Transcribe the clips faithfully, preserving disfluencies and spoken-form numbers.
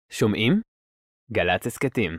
שומעים? גל"צ הסכתים.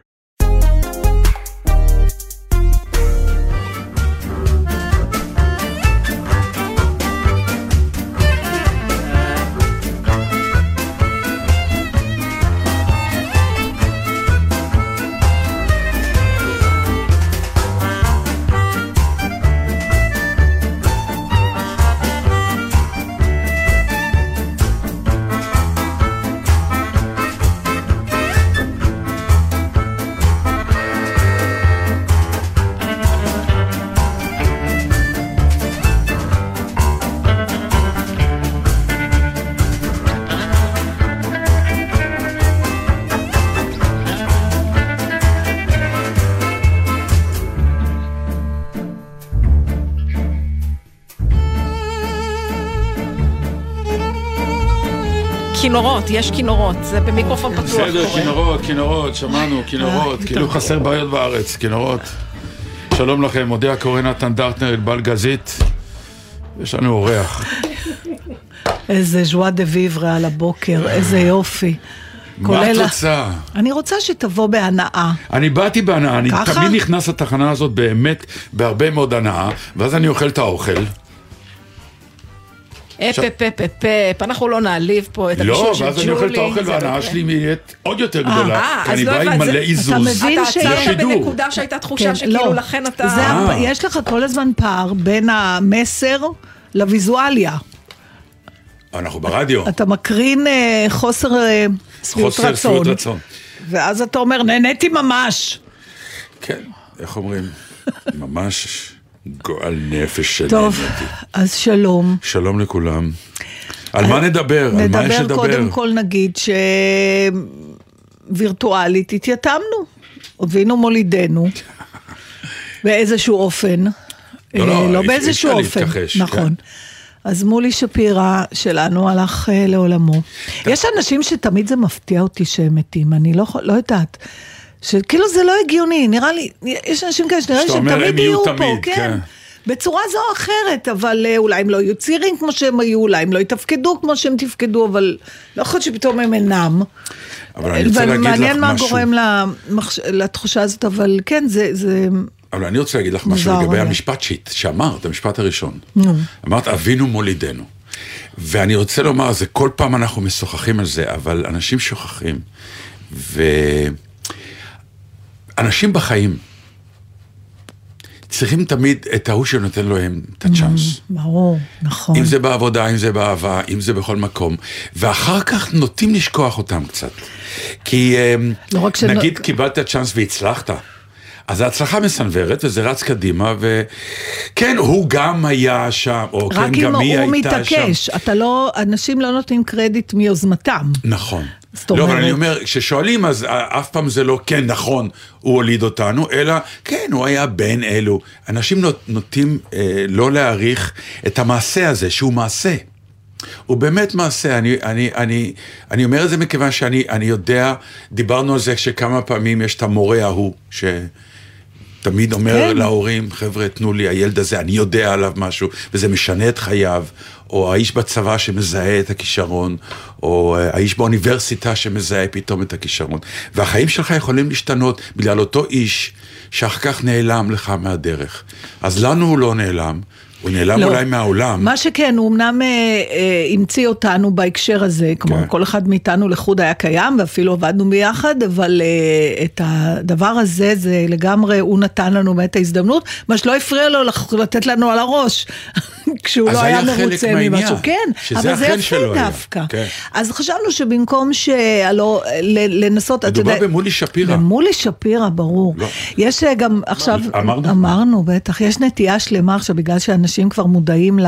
כינורות, יש כינורות, זה במיקרופון פתוח. בסדר, כינורות, כינורות, שמענו, כינורות, כאילו חסר בעיות בארץ, כינורות. שלום לכם, מודיע קורא נתן דרטנר, בעל גזית. יש לנו אורח. איזה ז'ואה דה ויברה על הבוקר, איזה יופי. מה את רוצה? אני רוצה שתבוא בהנאה. אני באתי בהנאה, אני תמיד נכנס לתחנה הזאת באמת בהרבה מאוד הנאה, ואז אני אוכל את האוכל. אפ, אפ, אפ, אפ, אפ, אנחנו לא נעליב פה את הבישול של ג'ולי. לא, ואז אני אוכל את האוכל וההנאה שלי נהיית עוד יותר גדולה, כי אני בא עם מלא איזוז. אתה מבין אתה עצרת בנקודה שהייתה תחושה שכאילו לכן אתה... יש לך כל הזמן פער בין המסר לוויזואליה. אנחנו ברדיו. אתה מקרין חוסר שביעות רצון. ואז אתה אומר, נהניתי ממש. כן, איך אומרים? ממש... גועל נפש שלי. טוב, אז שלום. שלום לכולם. על מה נדבר? על מה יש לדבר? נדבר קודם כל נגיד שווירטואלית התייתמנו. הבינו מולידנו. באיזשהו אופן. לא, לא, לא באיזשהו אופן. נכון. אז מולי שפירה שלנו הלך לעולמו. יש אנשים שתמיד זה מפתיע אותי שהם מתים. אני לא יודעת. שכאילו זה לא הגיוני, נראה לי, יש אנשים כאלה שנראה לי שהם תמיד יהיו פה, כן, בצורה זו או אחרת, אבל אולי הם לא יהיו צעירים כמו שהם היו, אולי הם לא יתפקדו כמו שהם תפקדו, אבל לא יכול שפתאום הם אינם, ומעניין מה גורם לתחושה הזאת, אבל כן, זה... אבל אני רוצה להגיד לך משהו לגבי המשפט שאמרת, המשפט הראשון, אמרת, אבינו מולידנו, ואני רוצה לומר, זה כל פעם אנחנו משוחחים על זה, אבל אנשים שוכחים, ו... אנשים בחיים צריכים תמיד את ההוא שנותן לו הם את הצ'אנס. ברור, נכון. אם זה בעבודה, אם זה באהבה, אם זה בכל מקום. ואחר כך נוטים לשכוח אותם קצת. כי נגיד קיבלת הצ'אנס והצלחת, אז ההצלחה מסנברת וזה רץ קדימה, וכן, הוא גם היה שם, או כן, גם היא הייתה שם. רק אם הוא מתעקש, אתה לא, אנשים לא נותנים קרדיט מיוזמתם. נכון. לא, אבל אני אומר, כששואלים, אז אף פעם זה לא, כן, נכון, הוא הוליד אותנו, אלא, כן, הוא היה בין אלו. אנשים נוטים אה, לא להעריך את המעשה הזה, שהוא מעשה. הוא באמת מעשה. אני, אני, אני, אני אומר את זה מכיוון שאני אני יודע, דיברנו על זה שכמה פעמים יש את המורה ההוא, ש... תמיד אומר כן. להורים, חבר'ה, תנו לי, הילד הזה, אני יודע עליו משהו, וזה משנה את חייו, או האיש בצבא שמזהה את הכישרון, או האיש באוניברסיטה שמזהה פתאום את הכישרון. והחיים שלך יכולים להשתנות בגלל אותו איש, שאחר כך נעלם לך מהדרך. אז לנו הוא לא נעלם, הוא נעלם לא. אולי מהעולם. מה שכן, הוא אמנם אה, אה, המציא אותנו בהקשר הזה, כמו כן. כל אחד מאיתנו לחוד היה קיים, ואפילו עבדנו ביחד, אבל אה, את הדבר הזה, זה לגמרי, הוא נתן לנו באמת ההזדמנות, מה שלא הפריע לו לתת לנו על הראש, כשהוא לא היה מרוצה ממשהו. כן, אבל זה יפה דווקא. כן. אז חשבנו שבמקום שלא, לנסות, מדובר יודע, במולי שפירה. במולי שפירה, ברור. לא. יש גם עכשיו, אמרנו? אמרנו, בטח, יש נטייה שלמה עכשיו, בגלל שאנשים אנשים כבר מודעים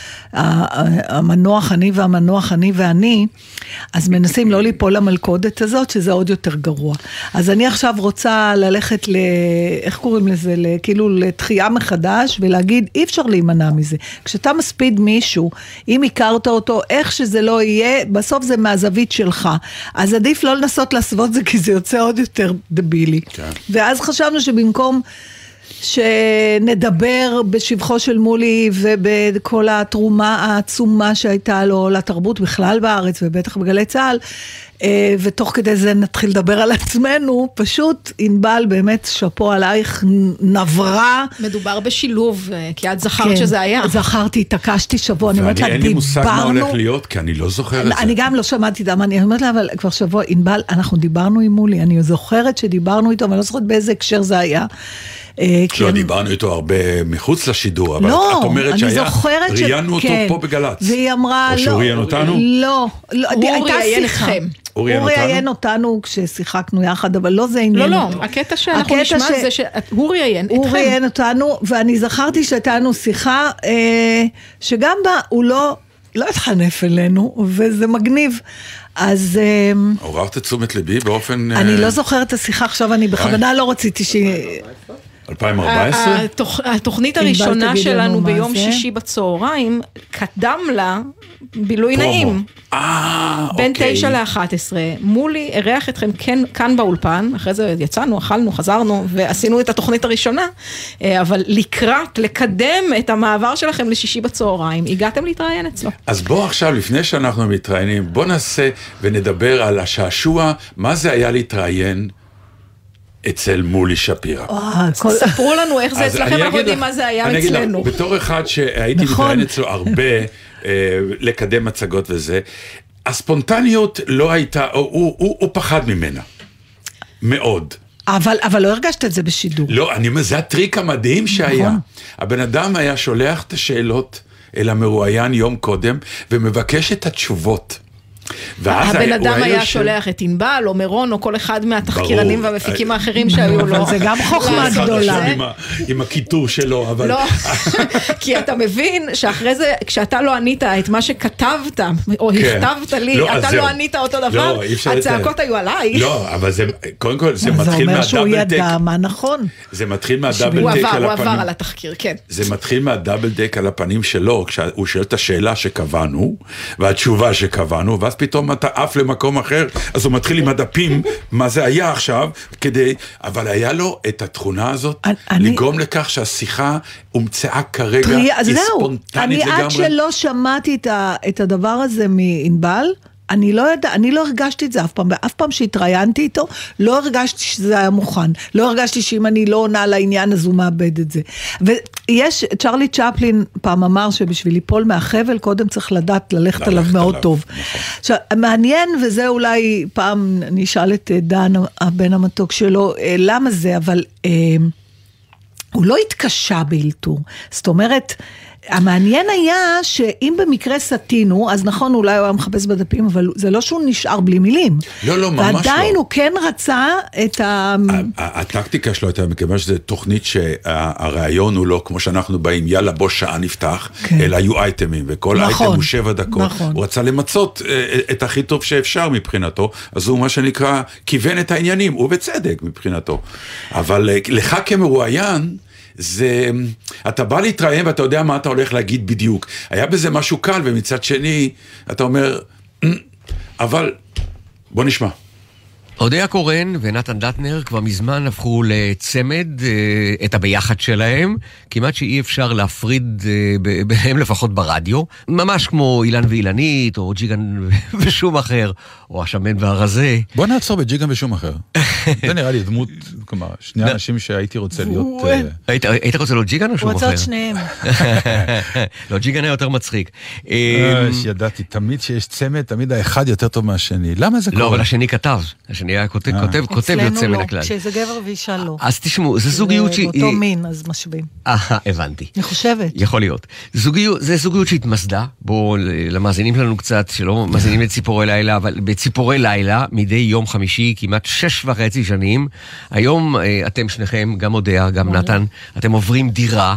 למנוח אני והמנוח אני ואני, אז מנסים לא ליפול למלכודת הזאת, שזה עוד יותר גרוע. אז אני עכשיו רוצה ללכת ל... איך קוראים לזה? כאילו לתחייה מחדש, ולהגיד, אי אפשר להימנע מזה. כשאתה מספיד מישהו, אם הכרת אותו, איך שזה לא יהיה, בסוף זה מהזווית שלך. אז עדיף לא לנסות להסוות זה, כי זה יוצא עוד יותר דבילי. כן. ואז חשבנו שבמקום... שנדבר בשבחו של מולי ובכל התרומה העצומה שהייתה לו לתרבות בכלל בארץ ובטח בגלי צהל, ותוך כדי זה נתחיל לדבר על עצמנו, פשוט ענבל באמת שפו עלייך נברה. מדובר בשילוב, כי את זכרת שזה היה. זכרתי, התעקשתי שבוע, אני אומרת לה, דיברנו. ואני אין לי מושג מה הולך להיות, כי אני לא זוכר את זה. אני גם לא שמעתי דם, אני אומרת לה, אבל כבר שבוע, ענבל, אנחנו דיברנו עם מולי, אני זוכרת שדיברנו איתו, אבל לא זוכרת באיזה הקשר זה היה. לא, דיברנו איתו הרבה מחוץ לשידור, אבל את אומרת שהיה, ראיינו אותו פה בגלץ. והיא אמרה, או שהוא ראיין אותנו? לא, הוא ראיין אתכם. הוא ראיין אותנו כששיחקנו יחד, אבל לא זה עניין. לא, לא, הקטע שאנחנו נשמע זה שהוא ראיין אתכם. הוא ראיין אותנו, ואני זכרתי שהייתה לנו שיחה, שגם בה הוא לא, לא התחנף אלינו, וזה מגניב. אז עוררת את תשומת ליבי באופן... אני לא זוכרת את השיחה עכשיו, אני בכוונה לא רציתי ש... אלפיים וארבע עשרה? התוכנית הראשונה שלנו ביום שישי בצהריים, קדם לה בילוי נעים. בין תשע לאחת עשרה. מולי ערך אתכם כאן באולפן, אחרי זה יצאנו, אכלנו, חזרנו, ועשינו את התוכנית הראשונה, אבל לקראת, לקדם את המעבר שלכם לשישי בצהריים, הגעתם להתראיין אצלו. אז בוא עכשיו, לפני שאנחנו מתראיינים, בוא נעשה ונדבר על השעשוע, מה זה היה להתראיין אצל מולי שפירא. ספרו לנו איך זה אצלכם, אנחנו יודעים מה זה היה אצלנו. בתור אחד שהייתי מתראיין אצלו הרבה, לקדם מצגות וזה, הספונטניות לא הייתה, הוא פחד ממנה. מאוד. אבל לא הרגשת את זה בשידור. לא, אני אומר, זה הטריק המדהים שהיה. הבן אדם היה שולח את השאלות אל המרואיין יום קודם, ומבקש את התשובות. הבן אדם היה שולח את ענבל או מירון או כל אחד מהתחקירנים והמפיקים האחרים שהיו לו. זה גם חוכמה גדולה. עם הכיתור שלו, אבל... לא, כי אתה מבין שאחרי זה, כשאתה לא ענית את מה שכתבת, או הכתבת לי, אתה לא ענית אותו דבר, הצעקות היו עליי. לא, אבל זה, קודם כל, זה מתחיל מהדאבל טק. זה אומר שהוא ידע מה נכון. זה מתחיל מהדאבל טק על הפנים. הוא עבר על התחקיר, כן. זה מתחיל מהדאבל טק על הפנים שלו, כשהוא שואל את השאלה שקבענו, והתשובה שקבענו, ואז פתאום אתה עף למקום אחר, אז הוא מתחיל עם הדפים, מה זה היה עכשיו, כדי, אבל היה לו את התכונה הזאת, לגרום לכך שהשיחה הומצאה כרגע, היא ספונטנית לגמרי. אני עד שלא שמעתי את הדבר הזה מענבל, אני לא יודע, אני לא הרגשתי את זה אף פעם, ואף פעם שהתראיינתי איתו, לא הרגשתי שזה היה מוכן, לא הרגשתי שאם אני לא עונה לעניין, אז הוא מאבד את זה. ויש, צ'רלי צ'פלין פעם אמר שבשביל ליפול מהחבל, קודם צריך לדעת ללכת עליו מאוד טוב. עכשיו, מעניין, וזה אולי פעם נשאל את דן, הבן המתוק שלו, למה זה, אבל הוא לא התקשה באלתור. זאת אומרת, המעניין היה שאם במקרה סתינו, אז נכון, אולי הוא היה מחפש בדפים, אבל זה לא שהוא נשאר בלי מילים. לא, לא, ממש לא. ועדיין הוא כן רצה את ה... הטקטיקה שלו הייתה, מכיוון שזו תוכנית שהרעיון הוא לא, כמו שאנחנו באים, יאללה בוא שעה נפתח, אלא היו אייטמים, וכל אייטם הוא שבע דקות. הוא רצה למצות את הכי טוב שאפשר מבחינתו, אז הוא מה שנקרא, כיוון את העניינים, הוא בצדק מבחינתו. אבל לך כמרואיין, זה, אתה בא להתראיין ואתה יודע מה אתה הולך להגיד בדיוק. היה בזה משהו קל, ומצד שני, אתה אומר, אבל בוא נשמע. אודיה קורן ונתן דטנר כבר מזמן הפכו לצמד, את הביחד שלהם, כמעט שאי אפשר להפריד ביניהם לפחות ברדיו, ממש כמו אילן ואילנית, או ג'יגן ושום אחר, או השמן והרזה. בוא נעצור בג'יגן ושום אחר. זה נראה לי דמות, כלומר, שני אנשים שהייתי רוצה להיות... היית רוצה להיות ג'יגן או שום אחר? הוא רוצה שניהם. לא, ג'יגן היה יותר מצחיק. ידעתי, תמיד שיש צמד, תמיד האחד יותר טוב מהשני. למה זה קורה? לא, אבל השני כתב. השני היה כותב, כותב יוצא מן הכלל. כשזה גבר ואישה לא. אז תשמעו, זה זוגיות שהיא... באותו מין, אז משווים. אה, הבנתי. אני חושבת. יכול להיות. זה זוגיות שהתמסדה, בואו למאזינים לנו קצת, שלא מאזינים לציפורי לילה, אבל בציפורי לילה, מדי יום חמישי, כמעט שש וחצי שנים, היום אתם שניכם, גם אודיה, גם נתן, אתם עוברים דירה,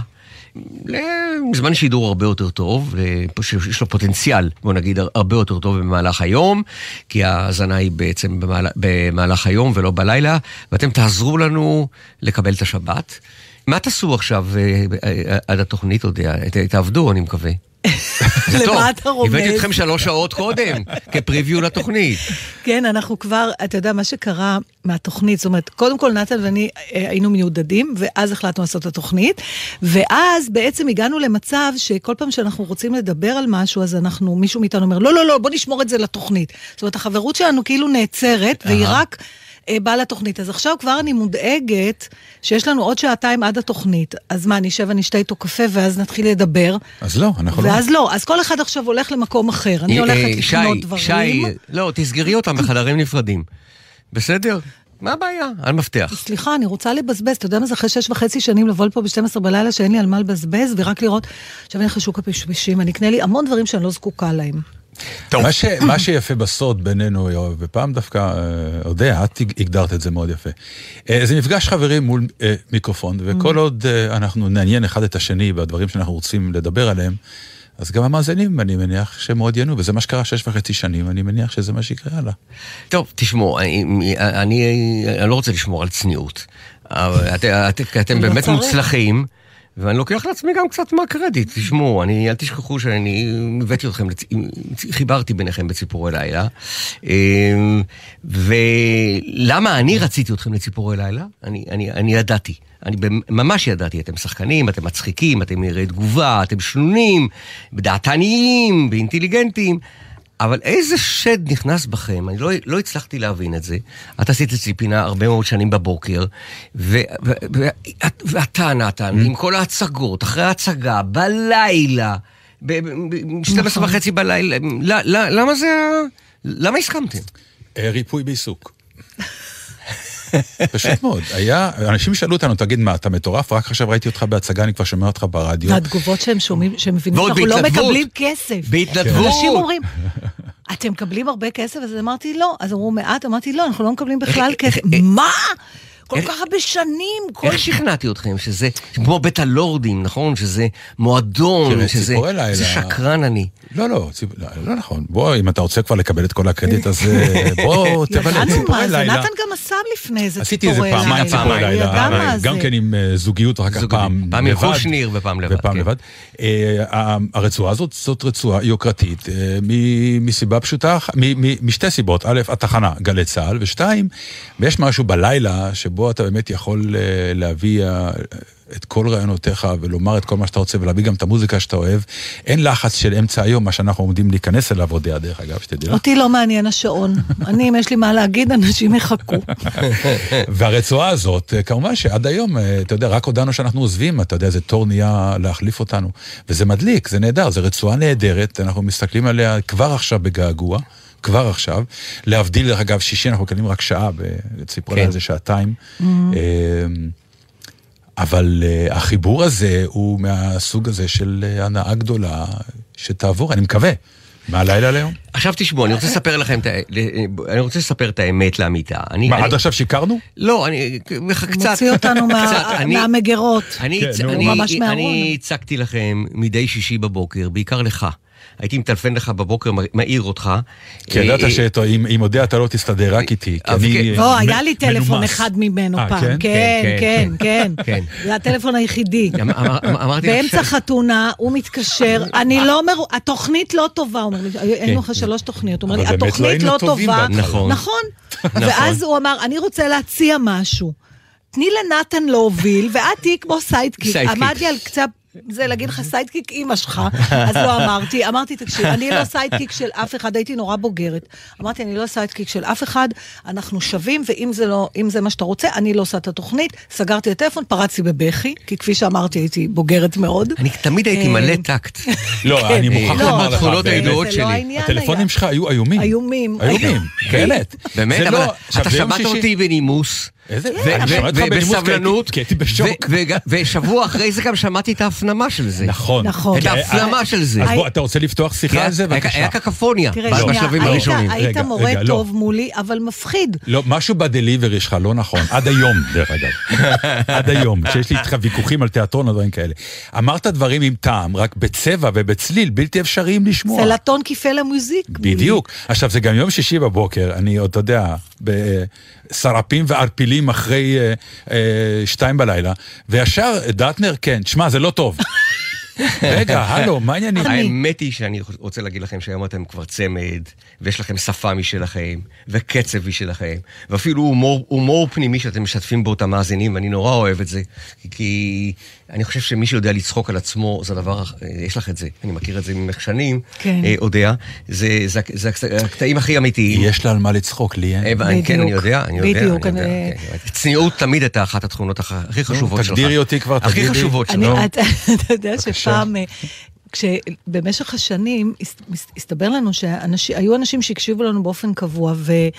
לזמן שידור הרבה יותר טוב, יש לו פוטנציאל, בוא נגיד, הרבה יותר טוב במהלך היום, כי ההזנה היא בעצם במהלך היום ולא בלילה, ואתם תעזרו לנו לקבל את השבת. מה תעשו עכשיו עד התוכנית, אודיה? תעבדו, אני מקווה. למה אתה רומז? הבאתי אתכם שלוש שעות קודם, כפריוויו לתוכנית. כן, אנחנו כבר, אתה יודע, מה שקרה מהתוכנית, זאת אומרת, קודם כל נתן ואני היינו מיודדים, ואז החלטנו לעשות את התוכנית, ואז בעצם הגענו למצב שכל פעם שאנחנו רוצים לדבר על משהו, אז אנחנו, מישהו מאיתנו אומר, לא, לא, לא, בוא נשמור את זה לתוכנית. זאת אומרת, החברות שלנו כאילו נעצרת, והיא רק באה לתוכנית. אז עכשיו כבר אני מודאגת שיש לנו עוד שעתיים עד התוכנית. אז מה, נשב ונשתה איתו קפה, ואז נתחיל לדבר. אז לא, אנחנו לא. ואז לא, אז כל אחד עכשיו הולך למקום אחר. אני הולכת לקנות דברים. שי, לא, תסגרי אותם בחדרים נפרדים. בסדר? מה הבעיה? על מפתח. סליחה, אני רוצה לבזבז. אתה יודע מה זה אחרי שש וחצי שנים לבוא לפה ב-שתים עשרה בלילה שאין לי על מה לבזבז, ורק לראות, עכשיו אני אחרי שוק הפשפשים, אני אקנה לי המון דברים שאני לא זקוקה להם. מה, ש, מה שיפה בסוד בינינו, ופעם דווקא, יודע, את הגדרת את זה מאוד יפה. זה מפגש חברים מול מיקרופון, וכל עוד אנחנו נעניין אחד את השני בדברים שאנחנו רוצים לדבר עליהם, אז גם המאזינים, אני מניח שמאוד ינו, וזה מה שקרה שש וחצי שנים, אני מניח שזה מה שיקרה הלאה. טוב, תשמעו, אני, אני, אני לא רוצה לשמור על צניעות, אבל את, את, אתם באמת מוצלחים, ואני לוקח לעצמי גם קצת מהקרדיט, תשמעו, אני, אל תשכחו שאני הבאתי אתכם, חיברתי ביניכם בציפורי לילה, ולמה אני רציתי אתכם לציפורי לילה? אני, אני, אני ידעתי, אני ממש ידעתי, אתם שחקנים, אתם מצחיקים, אתם מהירי תגובה, אתם שנונים, דעתניים, ואינטליגנטים, אבל איזה שד נכנס בכם, אני לא, לא הצלחתי להבין את זה. את עשית אצלי פינה הרבה מאוד שנים בבוקר, ו, ו, ו, ואתה נתן, עם כל ההצגות, אחרי ההצגה, בלילה, ב-שתים עשרה וחצי בלילה, למה זה, למה הסכמתם? ריפוי בעיסוק. פשוט מאוד. היה, אנשים שאלו אותנו, תגיד מה, אתה מטורף? רק עכשיו ראיתי אותך בהצגה, אני כבר שומע אותך ברדיו. והתגובות שהם שומעים, שהם מבינים שאנחנו לא מקבלים כסף. בהתנדבות. אנשים אומרים, אתם מקבלים הרבה כסף? אז אמרתי, לא. אז אמרו מעט, אמרתי, לא, אנחנו לא מקבלים בכלל כסף. מה? כל כך הרבה שנים. איך שכנעתי אתכם שזה כמו בית הלורדים, נכון? שזה מועדון, שזה שקרן אני. לא, לא, לא נכון. בוא, אם אתה רוצה כבר לקבל את כל הקרדיט, אז בוא תבלה ציפורי לילה. נתן גם עשה לפני איזה עשיתי איזה פעמיים ציפורי לילה, גם כן עם זוגיות, רק פעם פעם עם חושניר ופעם לבד. ופעם לבד. הרצועה הזאת, זאת רצועה יוקרתית, מסיבה פשוטה, משתי סיבות. א', התחנה, גלי צהל, ושתיים, ויש משהו בלילה שבו אתה באמת יכול להביא את כל רעיונותיך ולומר את כל מה שאתה רוצה ולהביא גם את המוזיקה שאתה אוהב. אין לחץ של אמצע היום, מה שאנחנו עומדים להיכנס אליו עוד דרך אגב, שתדע. אותי לא מעניין השעון. אני, אם יש לי מה להגיד, אנשים יחכו. והרצועה הזאת, כמובן שעד היום, אתה יודע, רק הודענו שאנחנו עוזבים, אתה יודע, זה תור נהיה להחליף אותנו. וזה מדליק, זה נהדר, זה רצועה נהדרת, אנחנו מסתכלים עליה כבר עכשיו בגעגוע. כבר עכשיו, להבדיל, דרך אגב, שישי, אנחנו קנים רק שעה, בציפורי איזה שעתיים, אבל החיבור הזה הוא מהסוג הזה של הנאה גדולה שתעבור, אני מקווה, מהלילה ליום. עכשיו תשמעו, אני רוצה לספר לכם, אני רוצה לספר את האמת לאמיתה. מה, עד עכשיו שיקרנו? לא, אני, קצת... מוציא אותנו מהמגרות. אני הצגתי לכם מדי שישי בבוקר, בעיקר לך. הייתי מטלפן לך בבוקר, מעיר אותך. כי ידעת שאם יודע אתה לא תסתדר רק איתי. לא, היה לי טלפון אחד ממנו פעם. כן, כן, כן. זה הטלפון היחידי. באמצע חתונה, הוא מתקשר, אני לא אומר, התוכנית לא טובה, הוא אומר לי, היינו אחרי שלוש תוכניות, הוא אומר לי, התוכנית לא טובה. נכון. ואז הוא אמר, אני רוצה להציע משהו. תני לנתן להוביל, ואת תהי כמו סיידקיק. עמדתי על קצת, זה להגיד לך סיידקיק אמא שלך, אז לא אמרתי, אמרתי תקשיב, אני לא סיידקיק של אף אחד, הייתי נורא בוגרת, אמרתי אני לא סיידקיק של אף אחד, אנחנו שווים, ואם זה לא, אם זה מה שאתה רוצה, אני לא עושה את התוכנית, סגרתי את הטלפון, פרצתי בבכי, כי כפי שאמרתי הייתי בוגרת מאוד. אני תמיד הייתי מלא טקט. לא, אני מוכרח לומר לך, הטלפונים שלך היו איומים. איומים. איומים, באמת. באמת, אבל אתה שמעת אותי בנימוס. ובסבלנות, ושבוע אחרי זה גם שמעתי את ההפנמה של זה. נכון. את ההפנמה של זה. אז בוא, אתה רוצה לפתוח שיחה על זה? היה קקפוניה בשלבים הראשונים. היית מורה טוב מולי, אבל מפחיד. לא, משהו בדליברי שלך לא נכון. עד היום, דרך אגב. עד היום, שיש לי איתך ויכוחים על תיאטרון או דברים כאלה. אמרת דברים עם טעם, רק בצבע ובצליל, בלתי אפשריים לשמוע. סלטון כיפה למוזיק. בדיוק. עכשיו, זה גם יום שישי בבוקר, אני עוד, אתה יודע, בשרפים וערפילים אחרי אה, אה, שתיים בלילה, וישר דאטנר, כן, שמה, זה לא טוב. רגע, הלו, מה העניינים? האמת היא שאני רוצה להגיד לכם שהיום אתם כבר צמד, ויש לכם שפה משלכם, וקצב משלכם, ואפילו הומור, הומור פנימי שאתם משתפים בו את המאזינים, ואני נורא אוהב את זה, כי אני חושב שמי שיודע לצחוק על עצמו, זה הדבר, יש לך את זה, אני מכיר את זה ממך שנים, כן. יודע, זה, זה, זה, זה הקטעים הכי אמיתיים. יש לה על מה לצחוק, לי, אה? בדיוק. כן, אני יודע, אני יודע. בדיוק. אני יודע, אני... כן. צניעות תמיד הייתה אחת התכונות הכי חשובות שלך. תגדירי אותי כבר, תגידי. הכי חשובות שלך. אני, אתה, אתה יודע שפעם, כשבמשך השנים, הסתבר לנו שהיו אנשים שהקשיבו לנו באופן קבוע,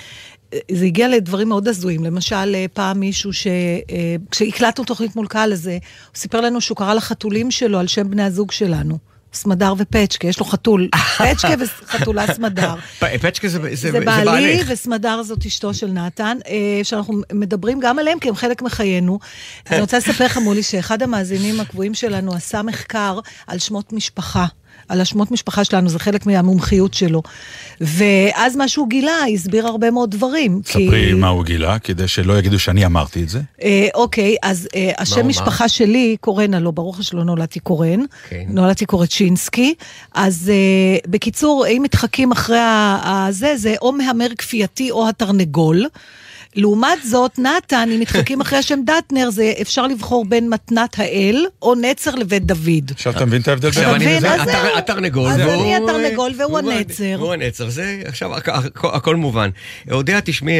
וזה הגיע לדברים מאוד הזויים. למשל, פעם מישהו ש... כשהקלטנו תוכנית מול קהל הזה, הוא סיפר לנו שהוא קרא לחתולים שלו על שם בני הזוג שלנו. סמדר ופצ'קה, יש לו חתול, פצ'קה וחתולה סמדר. פצ'קה זה בעלך. זה בעלי, וסמדר זאת אשתו של נתן, שאנחנו מדברים גם עליהם, כי הם חלק מחיינו. אני רוצה לספר לך, מולי, שאחד המאזינים הקבועים שלנו עשה מחקר על שמות משפחה. על השמות משפחה שלנו, זה חלק מהמומחיות שלו. ואז מה שהוא גילה, הסביר הרבה מאוד דברים. ספרי כי... מה הוא גילה, כדי שלא יגידו שאני אמרתי את זה. אה, אוקיי, אז אה, השם משפחה מה? שלי, קורן, לא, ברוך שלא נולדתי קורן, כן. נולדתי קורצ'ינסקי, אז אה, בקיצור, אם מתחקים אחרי הזה, זה או מהמר כפייתי או התרנגול, לעומת זאת, נתן, אם מתחקים אחרי השם דטנר, זה אפשר לבחור בין מתנת האל, או נצר לבית דוד. עכשיו אתה מבין את ההבדל בין מבין, אז זהו. התרנגול. אז אני התרנגול, והוא הנצר. הוא הנצר, זה עכשיו הכל מובן. יודע, תשמעי,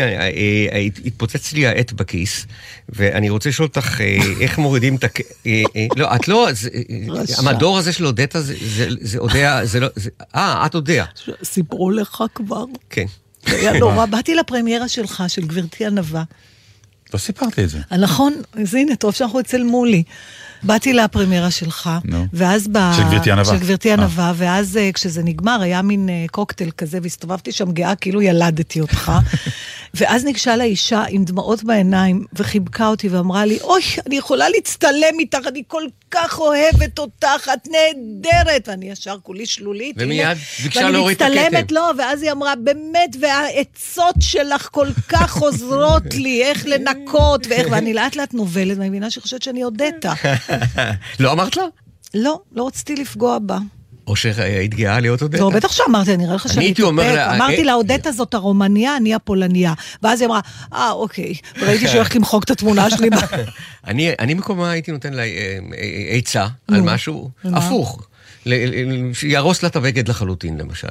התפוצץ לי העט בכיס, ואני רוצה לשאול אותך, איך מורידים את... לא, את לא... המדור הזה של הודתה, זה יודע... אה, את יודע. סיפרו לך כבר. כן. היה נורא, באתי לפרמיירה שלך, של גברתי ענווה. לא סיפרתי את זה. נכון, אז הנה, טוב שאנחנו אצל מולי. באתי לפרמיירה שלך, ואז ב... של גברתי ענווה. של גברתי ענווה, ואז כשזה נגמר, היה מין קוקטייל כזה, והסתובבתי שם גאה, כאילו ילדתי אותך. ואז ניגשה לאישה עם דמעות בעיניים, וחיבקה אותי ואמרה לי, אוי, אני יכולה להצטלם איתך, אני כל כך אוהבת אותך, את נהדרת. ואני ישר כולי שלולית. ומיד ביקשה להוריד את הכתב. ואני מצטלמת לו, ואז היא אמרה, באמת, והעצות שלך כל כך עוזרות לי, איך לנקות, ואיך, ואני לאט לאט נובלת, ואני מבינה שחושבת שאני הודתה. לא אמרת לה? לא, לא רציתי לפגוע בה. או שהיית גאה להיות הודתה? לא, בטח שאמרתי, אני אראה לך שאני תופק. אמרתי לה, הודתה זאת הרומניה, אני הפולניה. ואז היא אמרה, אה, אוקיי. וראיתי שהולכת למחוק את התמונה שלי. אני מקומה הייתי נותן לה עצה על משהו הפוך. שירוס לה את הבגד לחלוטין, למשל.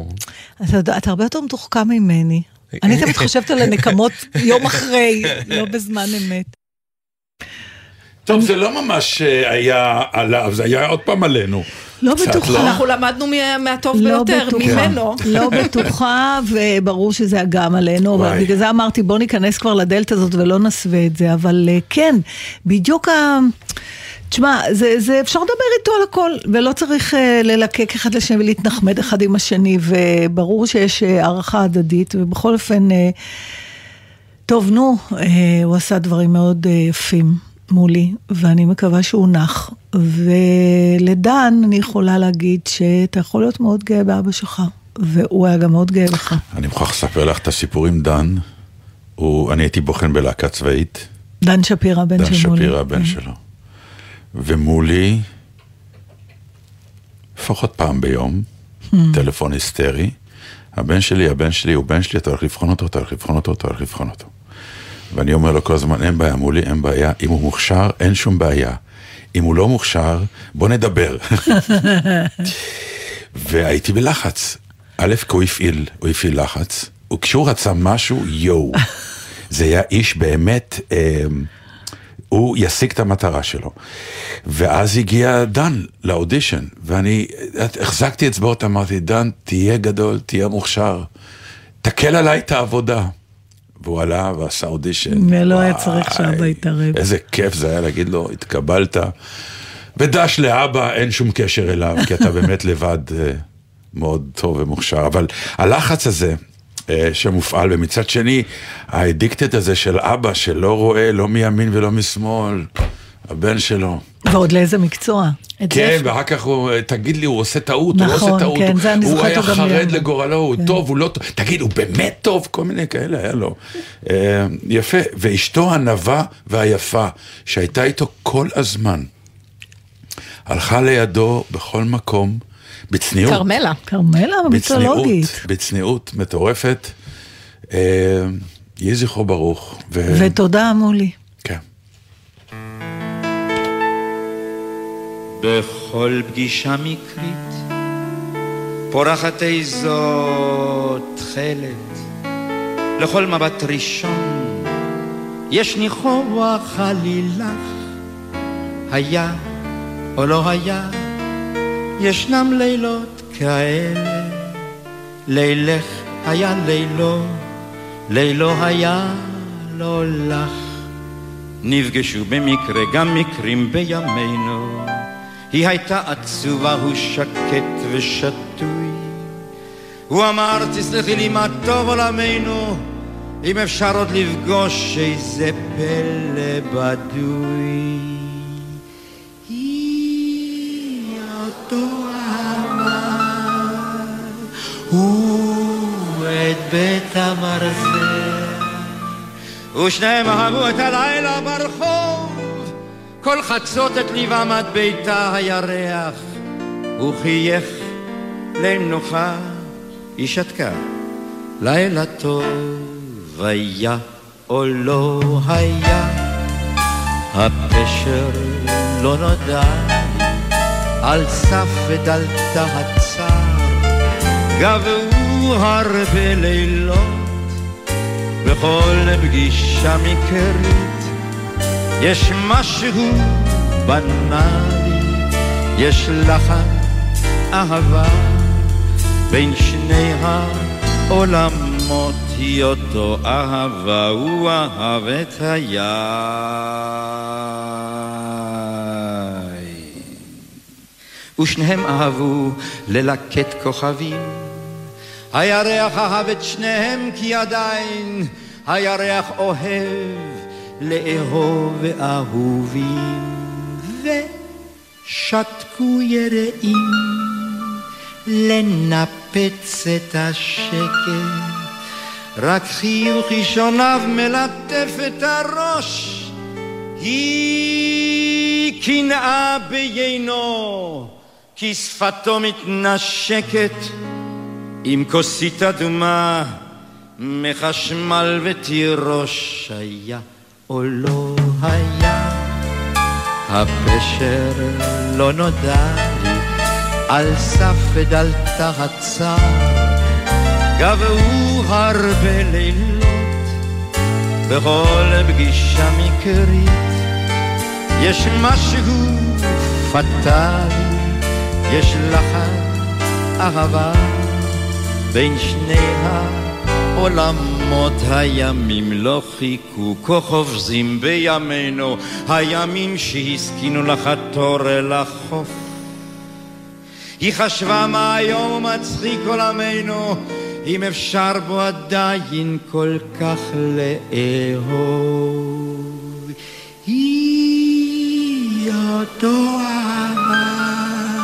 אתה הרבה יותר מתוחכם ממני. אני תמיד חושבת על הנקמות יום אחרי, לא בזמן אמת. טוב, זה לא ממש היה עליו, זה היה עוד פעם עלינו. לא בטוחה. אנחנו למדנו מהטוב ביותר, ממנו. לא בטוחה, וברור שזה גם עלינו, בגלל זה אמרתי, בוא ניכנס כבר לדלת הזאת ולא נסווה את זה, אבל כן, בדיוק ה... תשמע, זה, זה אפשר לדבר איתו על הכל, ולא צריך uh, ללקק אחד לשם ולהתנחמד אחד עם השני, וברור שיש uh, הערכה הדדית, ובכל אופן, uh, טוב, נו, uh, הוא עשה דברים מאוד uh, יפים מולי, ואני מקווה שהוא נח, ולדן אני יכולה להגיד שאתה יכול להיות מאוד גאה באבא שלך, והוא היה גם מאוד גאה בך. אני מוכרח לספר לך את הסיפור עם דן, הוא, אני הייתי בוחן בלהקה צבאית. דן שפירה, בן של מולי. דן שפירה, בן שלו. ומולי, לפחות פעם ביום, טלפון היסטרי, הבן שלי, הבן שלי, הוא בן שלי, אתה הולך לבחון אותו, אתה הולך לבחון אותו, אתה הולך לבחון אותו. ואני אומר לו כל הזמן, אין בעיה, מולי, אין בעיה, אם הוא מוכשר, אין שום בעיה. אם הוא לא מוכשר, בוא נדבר. והייתי בלחץ. א', כי הוא הפעיל, הוא הפעיל לחץ, וכשהוא רצה משהו, יו. זה היה איש באמת... אה, הוא ישיג את המטרה שלו. ואז הגיע דן לאודישן, ואני החזקתי אצבעות, אמרתי, דן, תהיה גדול, תהיה מוכשר, תקל עליי את העבודה. והוא עלה ועשה אודישן. ולא היה צריך שאבא יתערב. איזה כיף זה היה להגיד לו, התקבלת. ודש לאבא, אין שום קשר אליו, כי אתה באמת לבד מאוד טוב ומוכשר. אבל הלחץ הזה, שמופעל, ומצד שני, האדיקטד הזה של אבא, שלא רואה, לא מימין ולא משמאל, הבן שלו. ועוד לאיזה מקצוע. כן, ואחר כך הוא, תגיד לי, הוא עושה טעות, הוא לא עושה טעות, הוא היה חרד לגורלו, הוא טוב, הוא לא טוב, תגיד, הוא באמת טוב, כל מיני כאלה היה לו. יפה, ואשתו ענווה והיפה, שהייתה איתו כל הזמן, הלכה לידו בכל מקום, בצניעות. קרמלה. קרמלה, מיתולוגית. בצניעות, בצניעות מטורפת. אה, יהיה זכרו ברוך. ו... ותודה מולי. כן. בכל פגישה מקרית פורחת איזו תחלת, לכל מבט ראשון יש ניחוח עלילך, היה או לא היה, ישנם לילות כאלה, לילך היה לילו, לילו היה לא לך. נפגשו במקרה גם מקרים בימינו, היא הייתה עצובה, הוא שקט ושטוי, הוא אמר תסלחי לי מה טוב עולמנו, אם אפשר עוד לפגוש איזה פלא בדוי. היא אותו אמר, הוא את בית המרזל, ושניהם אהבו את הלילה ברחוב, כל חצות את ליבם עד ביתה הירח, הוא חייך למנוחה, היא שתקה, לילה טוב היה או לא היה, הפשר לא נודע, על סף ודלתה הצער, גבו הרבה לילות, בכל פגישה מקרית, יש משהו בנאלי, יש לחן אהבה, בין שני העולמות היא אותו אהבה, הוא אהב את היין. ושניהם אהבו ללקט כוכבים, הירח אהב את שניהם כי עדיין הירח אוהב לאהוב ואהובים, ושתקו יראים לנפץ את השקט, רק חיוך ראשוניו מלטף את הראש, היא קנאה ביינו כי שפתו מתנשקת, עם כוסית אדומה מחשמל ותירוש, היה או לא היה, הפשר לא נודע לי, על סף ודלתה הצער, גבו הרבה לילות, בכל פגישה מקרית, יש משהו פטלי, יש לחן אהבה, בין שני העולמות הימים לא חיכו כה חופזים בימינו, הימים שהסכינו לחתור אל החוף, היא חשבה מה היום מצחיק עולמנו, אם אפשר בו עדיין כל כך לאהוב. היא אותו אהבה,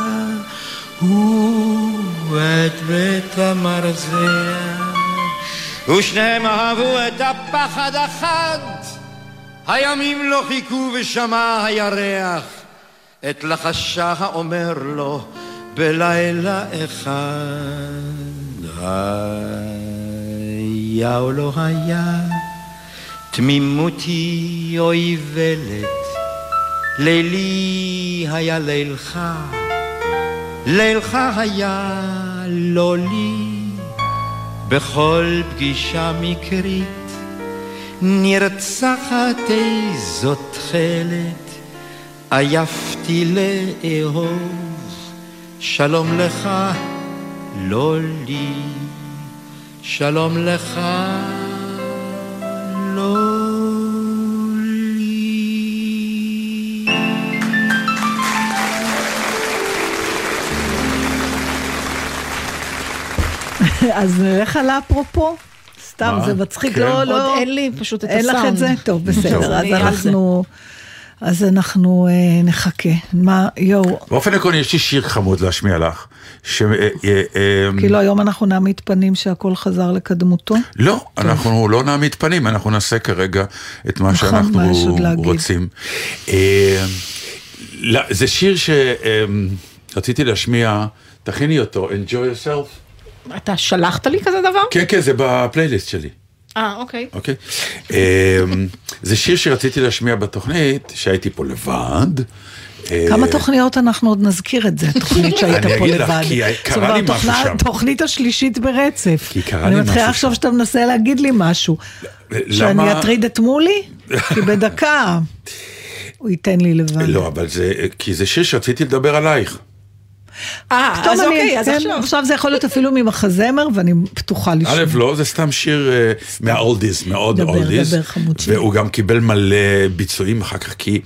הוא את בית המרזח, ושניהם אהבו את הפחד החד, הימים לא חיכו ושמע הירח את לחשה האומר לו בלילה אחד, היה או לא היה, תמימות היא אויבלת, לילי היה לילך, לילך היה לא לי, בכל פגישה מקרית נרצחת איזו תחלת, עייפתי לאהוב, שלום לך לא לי, שלום לך לא לי. אז נלך על אפרופו, סתם זה מצחיק, לא, לא. עוד אין לי פשוט את הסאונד. אין לך את זה? טוב, בסדר, אז אנחנו... אז אנחנו אה, נחכה. מה, יו. באופן עקרוני, יש לי שיר חמוד להשמיע לך. ש... כאילו היום אנחנו נעמיד פנים שהכל חזר לקדמותו? לא, אנחנו לא נעמיד פנים, אנחנו נעשה כרגע את מה שאנחנו רוצים. זה שיר שרציתי להשמיע, תכיני אותו, Enjoy Yourself. אתה שלחת לי כזה דבר? כן, כן, זה בפלייליסט שלי. אה, אוקיי. אוקיי. זה שיר שרציתי להשמיע בתוכנית, שהייתי פה לבד. כמה תוכניות אנחנו עוד נזכיר את זה, תוכנית שהיית פה לבד. אני אגיד לך, כי קרה לי משהו שם. תוכנית השלישית ברצף. כי קרה לי משהו שם. אני מתחילה עכשיו שאתה מנסה להגיד לי משהו. שאני אטריד את מולי? כי בדקה הוא ייתן לי לבד. לא, אבל זה, כי זה שיר שרציתי לדבר עלייך. אה, אז אוקיי, אז עכשיו. עכשיו זה יכול להיות אפילו ממחזמר, ואני פתוחה לשמוע. א', לא, זה סתם שיר מהאולדיז, מאוד אולדיז. דבר, דבר חמוד שלי. והוא גם קיבל מלא ביצועים אחר כך, כי...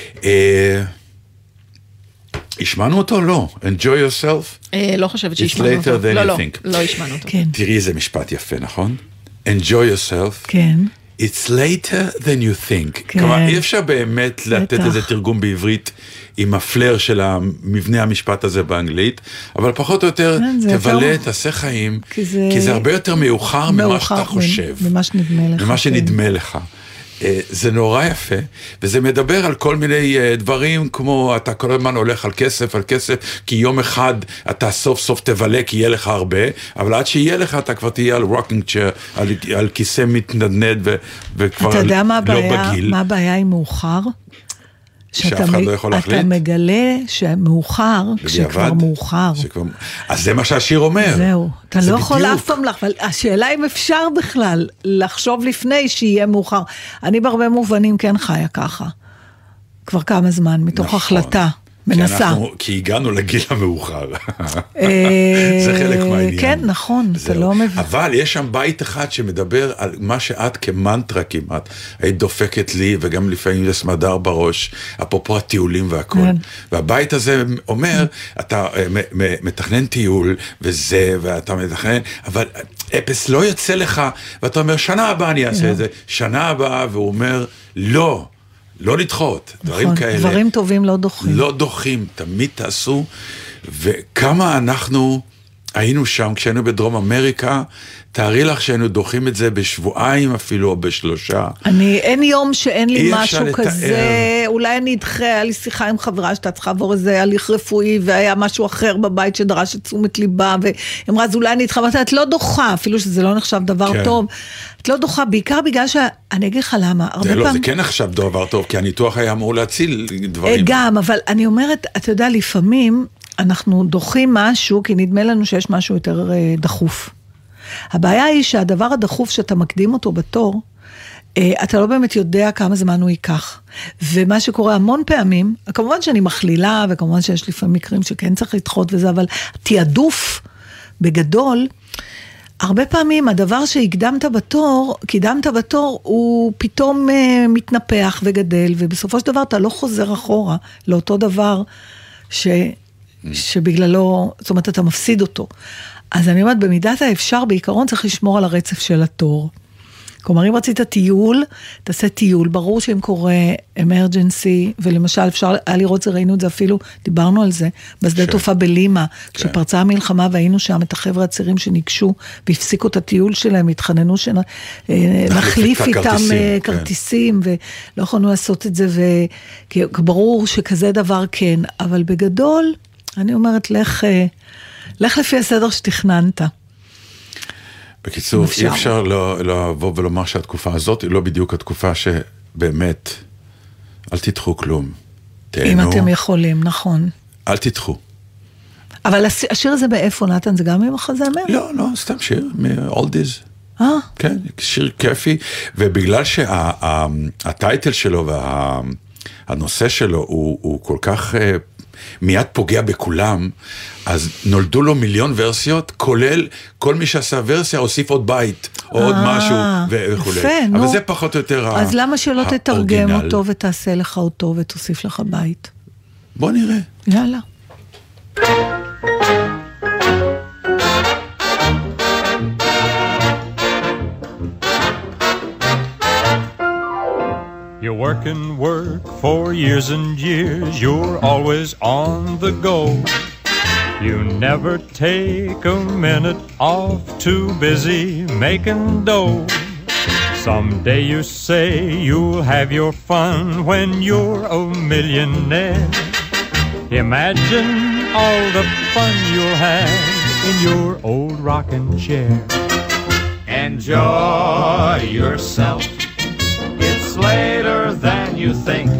השמענו אותו? לא. Enjoy yourself? לא חושבת שהשמענו אותו. It's later than לא, you לא, think. לא השמענו אותו. תראי איזה משפט יפה, נכון? Enjoy yourself. כן. It's later than you think. כן. כלומר, אי אפשר באמת לתת איזה תרגום בעברית עם הפלר של המבנה המשפט הזה באנגלית, אבל פחות או יותר תבלה, תעשה חיים, כי זה הרבה יותר מאוחר ממה שאתה חושב. ממה שנדמה לך. ממה שנדמה לך. זה נורא יפה, וזה מדבר על כל מיני דברים, כמו אתה כל הזמן הולך על כסף, על כסף, כי יום אחד אתה סוף סוף תבלה, כי יהיה לך הרבה, אבל עד שיהיה לך, אתה כבר תהיה על רוקינג צ'ר, על, על כיסא מתנדנד, ו, וכבר אתה יודע לא מה הבעיה, בגיל. מה הבעיה עם מאוחר? שאף אחד לא יכול להחליט. אתה מגלה שמאוחר, כשכבר מאוחר. שכבר... אז זה מה שהשיר אומר. זהו. אתה לא יכול אף פעם לך, אבל השאלה אם אפשר בכלל לחשוב לפני שיהיה מאוחר. אני בהרבה מובנים כן חיה ככה. כבר כמה זמן, מתוך נכון. החלטה. מנסה. כי, אנחנו, כי הגענו לגיל המאוחר. זה חלק מהעניין. כן, נכון, אתה לא מבין. אבל יש שם בית אחד שמדבר על מה שאת כמנטרה כמעט, היית דופקת לי, וגם לפעמים יש סמדר בראש, אפרופו הטיולים והכל. והבית הזה אומר, אתה מתכנן טיול, וזה, ואתה מתכנן, אבל אפס לא יוצא לך, ואתה אומר, שנה הבאה אני אעשה את זה, שנה הבאה, והוא אומר, לא. לא לדחות, דברים נכון, כאלה. דברים טובים לא דוחים. לא דוחים, תמיד תעשו. וכמה אנחנו היינו שם כשהיינו בדרום אמריקה, תארי לך שהיינו דוחים את זה בשבועיים אפילו, או בשלושה. אני, אין יום שאין לי משהו לתאר. כזה, אולי אני אדחה, היה לי שיחה עם חברה שאתה צריכה לעבור איזה הליך רפואי, והיה משהו אחר בבית שדרש את תשומת ליבה, ואמרה, אז אולי אני אדחה, את לא דוחה, אפילו שזה לא נחשב דבר כן. טוב, את לא דוחה, בעיקר בגלל שאני אגיד לך למה, הרבה זה פעם... לא, זה כן נחשב דבר טוב, כי הניתוח היה אמור להציל דברים. גם, אבל אני אומרת, אתה יודע, לפעמים אנחנו דוחים משהו, כי נדמה לנו שיש משהו יותר דחוף. הבעיה היא שהדבר הדחוף שאתה מקדים אותו בתור, אתה לא באמת יודע כמה זמן הוא ייקח. ומה שקורה המון פעמים, כמובן שאני מכלילה, וכמובן שיש לפעמים מקרים שכן צריך לדחות וזה, אבל תיעדוף בגדול, הרבה פעמים הדבר שהקדמת בתור, קידמת בתור, הוא פתאום מתנפח וגדל, ובסופו של דבר אתה לא חוזר אחורה לאותו דבר ש... שבגללו, זאת אומרת, אתה מפסיד אותו. אז אני אומרת, במידת האפשר, בעיקרון צריך לשמור על הרצף של התור. כלומר, אם רצית טיול, תעשה טיול. ברור שאם קורה אמרג'נסי, ולמשל אפשר, היה לראות זה, ראינו את זה אפילו, דיברנו על זה, בשדה תעופה בלימה, כשפרצה המלחמה והיינו שם את החבר'ה הצעירים שניגשו, והפסיקו את הטיול שלהם, התחננו שנחליף איתם כרטיסים, ולא יכולנו לעשות את זה, וברור שכזה דבר כן, אבל בגדול, אני אומרת, לך, לך לפי הסדר שתכננת. בקיצור, אי אפשר לבוא ולומר שהתקופה הזאת היא לא בדיוק התקופה שבאמת, אל תדחו כלום. אם אתם יכולים, נכון. אל תדחו. אבל השיר הזה באיפה, נתן, זה גם ממחזמר? לא, לא, סתם שיר, מ-Oldies. אה? כן, שיר כיפי, ובגלל שהטייטל שלו והנושא שלו הוא כל כך... מיד פוגע בכולם, אז נולדו לו מיליון ורסיות, כולל כל מי שעשה ורסיה, הוסיף עוד בית, או עוד משהו, וכו'. אבל זה פחות או יותר האורגינל. אז למה שלא תתרגם אותו, ותעשה לך אותו, ותוסיף לך בית? בוא נראה. יאללה. You work and work for years and years, you're always on the go. You never take a minute off, too busy making dough. Someday you say you'll have your fun when you're a millionaire. Imagine all the fun you'll have in your old rocking chair. Enjoy yourself. It's later than you think.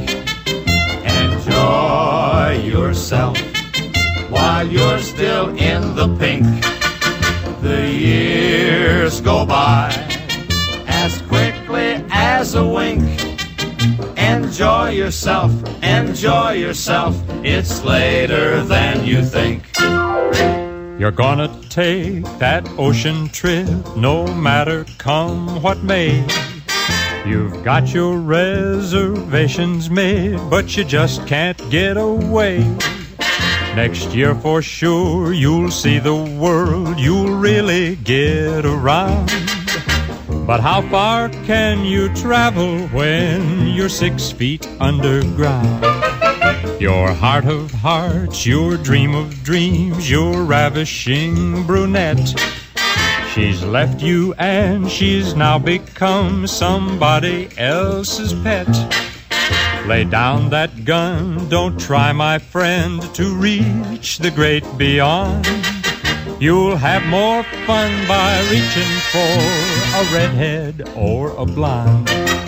Enjoy yourself while you're still in the pink. The years go by as quickly as a wink. Enjoy yourself, enjoy yourself. It's later than you think. You're gonna take that ocean trip, no matter come what may. You've got your reservations made, but you just can't get away. Next year for sure you'll see the world, you'll really get around. But how far can you travel when you're six feet underground? Your heart of hearts, your dream of dreams, your ravishing brunette. She's left you and she's now become somebody else's pet. Lay down that gun, don't try, my friend, to reach the great beyond. You'll have more fun by reaching for a redhead or a blonde.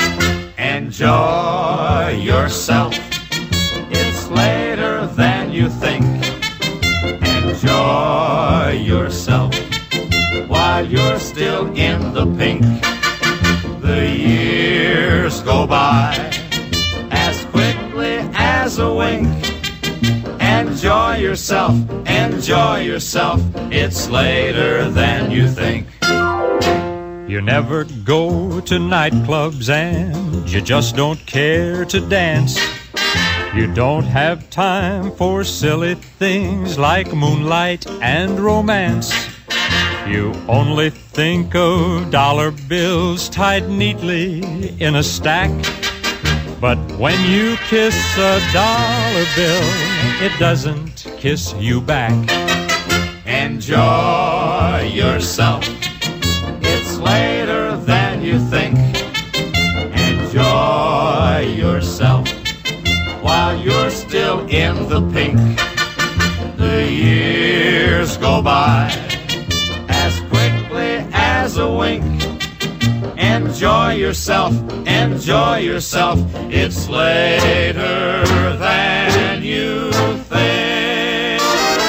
Enjoy yourself. It's later than you think. Enjoy yourself while you're still in the pink. The years go by as quickly as a wink. Enjoy yourself, enjoy yourself. It's later than you think. You never go to nightclubs and you just don't care to dance. You don't have time for silly things like moonlight and romance. You only think of dollar bills tied neatly in a stack. But when you kiss a dollar bill, it doesn't kiss you back. Enjoy yourself. It's later than you think. Enjoy yourself while you're still in the pink. The years go by as quickly as a wink. Enjoy yourself, enjoy yourself. It's later than you think.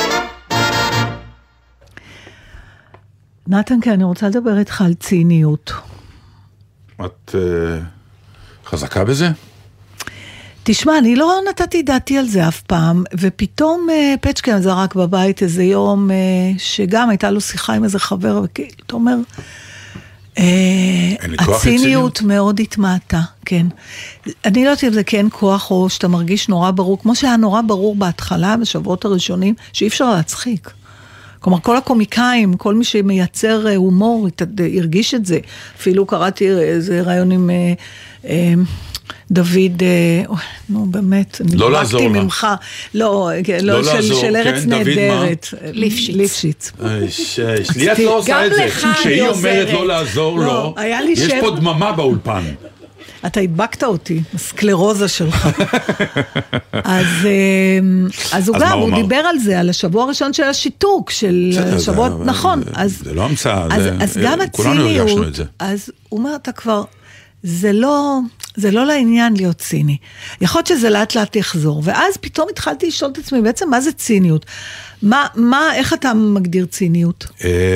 נתן, כי אני רוצה לדבר איתך על ציניות. את uh, חזקה בזה? תשמע, אני לא נתתי דעתי על זה אף פעם, ופתאום uh, פצ'קן זרק בבית איזה יום, uh, שגם הייתה לו שיחה עם איזה חבר, וכאילו, אתה אומר... הציניות מאוד התמעטה, כן. אני לא יודעת אם זה כן כוח או שאתה מרגיש נורא ברור, כמו שהיה נורא ברור בהתחלה, בשבועות הראשונים, שאי אפשר להצחיק. כלומר, כל הקומיקאים, כל מי שמייצר הומור, הרגיש את זה. אפילו קראתי איזה רעיון עם דוד, נו באמת, לא לעזור לה. ממך, לא, לא של ארץ נהדרת. ליפשיץ. לי את לא עושה את זה. כשהיא אומרת לא לעזור לו, יש פה דממה באולפן. אתה הדבקת אותי, הסקלרוזה שלך. אז הוא גם, הוא דיבר על זה, על השבוע הראשון של השיתוק, של שבועות, נכון. זה לא המצאה, אז גם הציניות, אז הוא אומר, אתה כבר, זה לא, זה לא לעניין להיות ציני. יכול להיות שזה לאט לאט יחזור, ואז פתאום התחלתי לשאול את עצמי, בעצם מה זה ציניות? מה, מה, איך אתה מגדיר ציניות?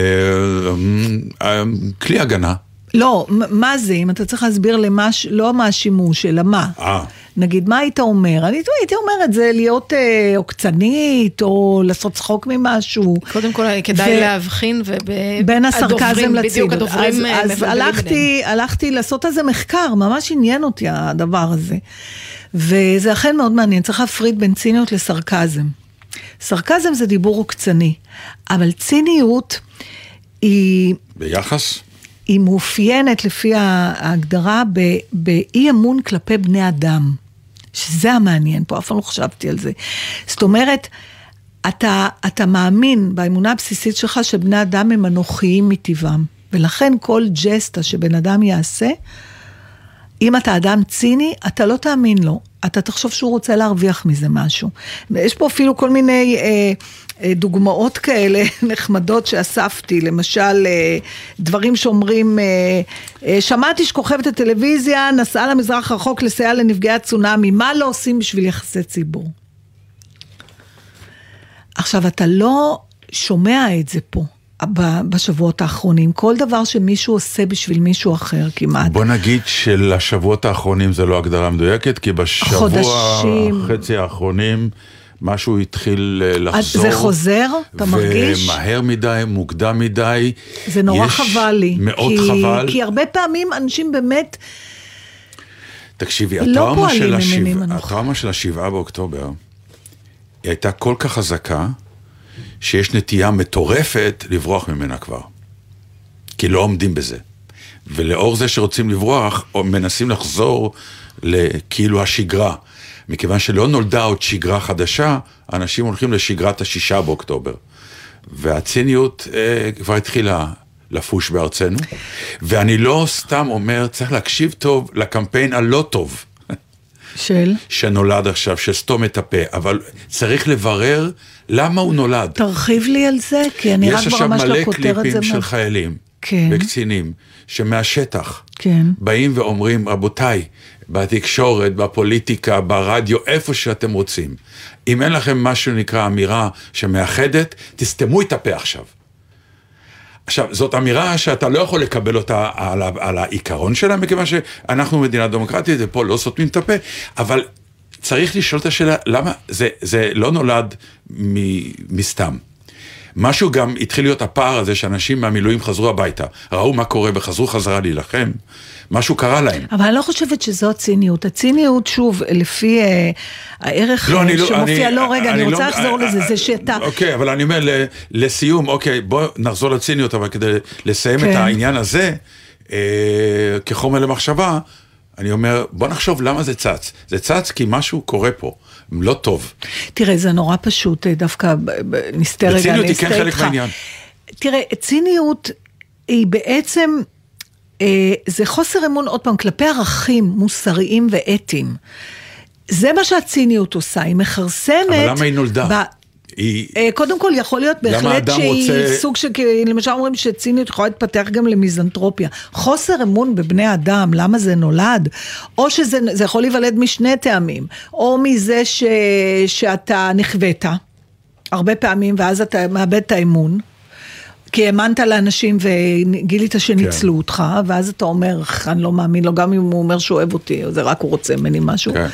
כלי הגנה. לא, מה זה? אם אתה צריך להסביר למה, לא מה השימוש, אלא מה? אה. נגיד, מה היית אומר? אני הייתי אומרת, זה להיות אה, עוקצנית, או לעשות צחוק ממשהו. קודם כל, כדאי ו... להבחין, בין הסרקזם לצידות. בדיוק הדוברים אז, אז הלכתי, הלכתי לעשות איזה מחקר, ממש עניין אותי הדבר הזה. וזה אכן מאוד מעניין, צריך להפריד בין ציניות לסרקזם. סרקזם זה דיבור עוקצני, אבל ציניות היא... ביחס? היא מאופיינת לפי ההגדרה באי אמון כלפי בני אדם, שזה המעניין, פה אף פעם לא חשבתי על זה. זאת אומרת, אתה, אתה מאמין באמונה הבסיסית שלך שבני אדם הם אנוכיים מטבעם, ולכן כל ג'סטה שבן אדם יעשה, אם אתה אדם ציני, אתה לא תאמין לו. אתה תחשוב שהוא רוצה להרוויח מזה משהו. יש פה אפילו כל מיני אה, אה, דוגמאות כאלה נחמדות שאספתי, למשל אה, דברים שאומרים, אה, אה, שמעתי שכוכבת הטלוויזיה נסעה למזרח רחוק לסייע לנפגעי הצונאמי, מה לא עושים בשביל יחסי ציבור? עכשיו, אתה לא שומע את זה פה. בשבועות האחרונים, כל דבר שמישהו עושה בשביל מישהו אחר כמעט. בוא נגיד שלשבועות האחרונים זה לא הגדרה מדויקת, כי בשבוע חודשים... חצי האחרונים משהו התחיל לחזור. זה חוזר? אתה מרגיש? ומהר מדי, מוקדם מדי. זה נורא חבל לי. מאוד כי, חבל. כי הרבה פעמים אנשים באמת תקשיבי, לא הטראומה של, השבע... הטראומה של השבעה באוקטובר היא הייתה כל כך חזקה, שיש נטייה מטורפת לברוח ממנה כבר. כי לא עומדים בזה. ולאור זה שרוצים לברוח, או מנסים לחזור לכאילו השגרה. מכיוון שלא נולדה עוד שגרה חדשה, אנשים הולכים לשגרת השישה באוקטובר. והציניות אה, כבר התחילה לפוש בארצנו. ואני לא סתם אומר, צריך להקשיב טוב לקמפיין הלא טוב. של? שנולד עכשיו, שסתום את הפה. אבל צריך לברר למה הוא נולד? תרחיב לי על זה, כי אני רק ברמה של הכותרת זה... יש עכשיו מלא קליפים של חיילים כן. וקצינים, שמהשטח כן. באים ואומרים, רבותיי, בתקשורת, בפוליטיקה, ברדיו, איפה שאתם רוצים, אם אין לכם משהו נקרא אמירה שמאחדת, תסתמו את הפה עכשיו. עכשיו, זאת אמירה שאתה לא יכול לקבל אותה על, על העיקרון שלה, מכיוון שאנחנו מדינה דמוקרטית, ופה לא סותמים את הפה, אבל... צריך לשאול את השאלה, למה זה, זה לא נולד מ, מסתם. משהו גם התחיל להיות הפער הזה, שאנשים מהמילואים חזרו הביתה, ראו מה קורה וחזרו חזרה להילחם, משהו קרה להם. אבל אני לא חושבת שזו הציניות. הציניות, שוב, לפי אה, הערך לא, אה, שמופיע, אני, לא, רגע, אני, אני רוצה לא, לחזור אה, לזה, אה, זה שאתה... אוקיי, אבל אני אומר, לסיום, אוקיי, בוא נחזור לציניות, אבל כדי לסיים כן. את העניין הזה, אה, כחומר למחשבה, אני אומר, בוא נחשוב למה זה צץ. זה צץ כי משהו קורה פה, לא טוב. תראה, זה נורא פשוט, דווקא נסתר רגע, וציניות היא כן חלק מהעניין. תראה, ציניות היא בעצם, אה, זה חוסר אמון, עוד פעם, כלפי ערכים מוסריים ואתיים. זה מה שהציניות עושה, היא מחרסמת... אבל למה היא נולדה? ב... היא... קודם כל יכול להיות בהחלט שהיא רוצה... סוג של, למשל אומרים שציניות יכולה להתפתח גם למיזנטרופיה. חוסר אמון בבני אדם, למה זה נולד? או שזה זה יכול להיוולד משני טעמים, או מזה ש, שאתה נכווית, הרבה פעמים, ואז אתה מאבד את האמון, כי האמנת לאנשים וגילית שניצלו כן. אותך, ואז אתה אומר, אני לא מאמין לו, גם אם הוא אומר שהוא אוהב אותי, זה רק הוא רוצה ממני משהו. כן.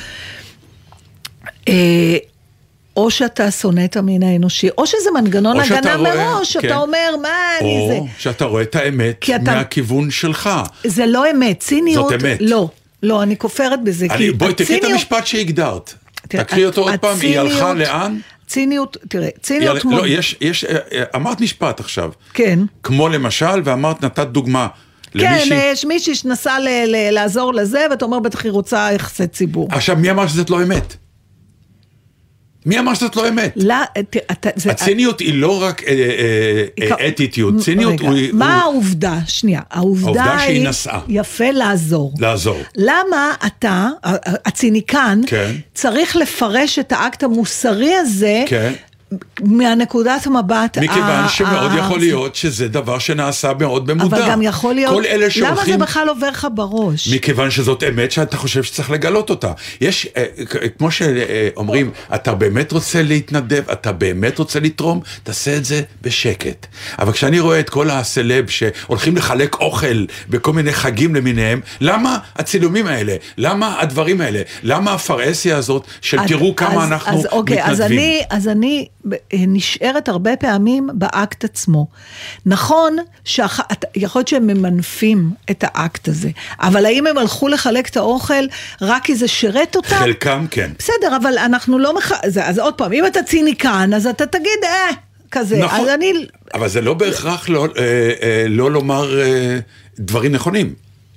אה... או שאתה שונא את המין האנושי, או שזה מנגנון הגנה מראש, שאתה אומר, מה אני זה? או שאתה רואה את האמת מהכיוון שלך. זה לא אמת, ציניות, זאת אמת. לא, לא, אני כופרת בזה. בואי תקריא את המשפט שהגדרת, תקריא אותו עוד פעם, היא הלכה לאן? ציניות, תראה, ציניות... לא, יש, אמרת משפט עכשיו. כן. כמו למשל, ואמרת, נתת דוגמה. כן, יש מישהי שנסה לעזור לזה, ואתה אומר, בטח היא רוצה יחסי ציבור. עכשיו, מי אמר שזאת לא אמת? מי אמר שזאת לא אמת? הציניות היא לא רק אטיטיוד, ציניות הוא... מה העובדה? שנייה, העובדה היא יפה לעזור. לעזור. למה אתה, הציניקן, צריך לפרש את האקט המוסרי הזה מהנקודת המבט... מכיוון שמאוד יכול להיות שזה דבר שנעשה מאוד במודע. אבל גם יכול להיות... למה זה בכלל עובר לך בראש? מכיוון שזאת אמת שאתה חושב שצריך לגלות אותה. יש, כמו שאומרים, אתה באמת רוצה להתנדב, אתה באמת רוצה לתרום, תעשה את זה בשקט. אבל כשאני רואה את כל הסלב שהולכים לחלק אוכל בכל מיני חגים למיניהם, למה הצילומים האלה? למה הדברים האלה? למה הפרהסיה הזאת של תראו כמה אנחנו מתנדבים? אז אני... נשארת הרבה פעמים באקט עצמו. נכון, שאח... יכול להיות שהם ממנפים את האקט הזה, אבל האם הם הלכו לחלק את האוכל רק כי זה שרת אותם? חלקם כן. בסדר, אבל אנחנו לא... מח... אז, אז עוד פעם, אם אתה ציניקן, אז אתה תגיד, אה, כזה. נכון, אז אני... אבל זה לא בהכרח לא, אה, אה, לא לומר אה, דברים נכונים.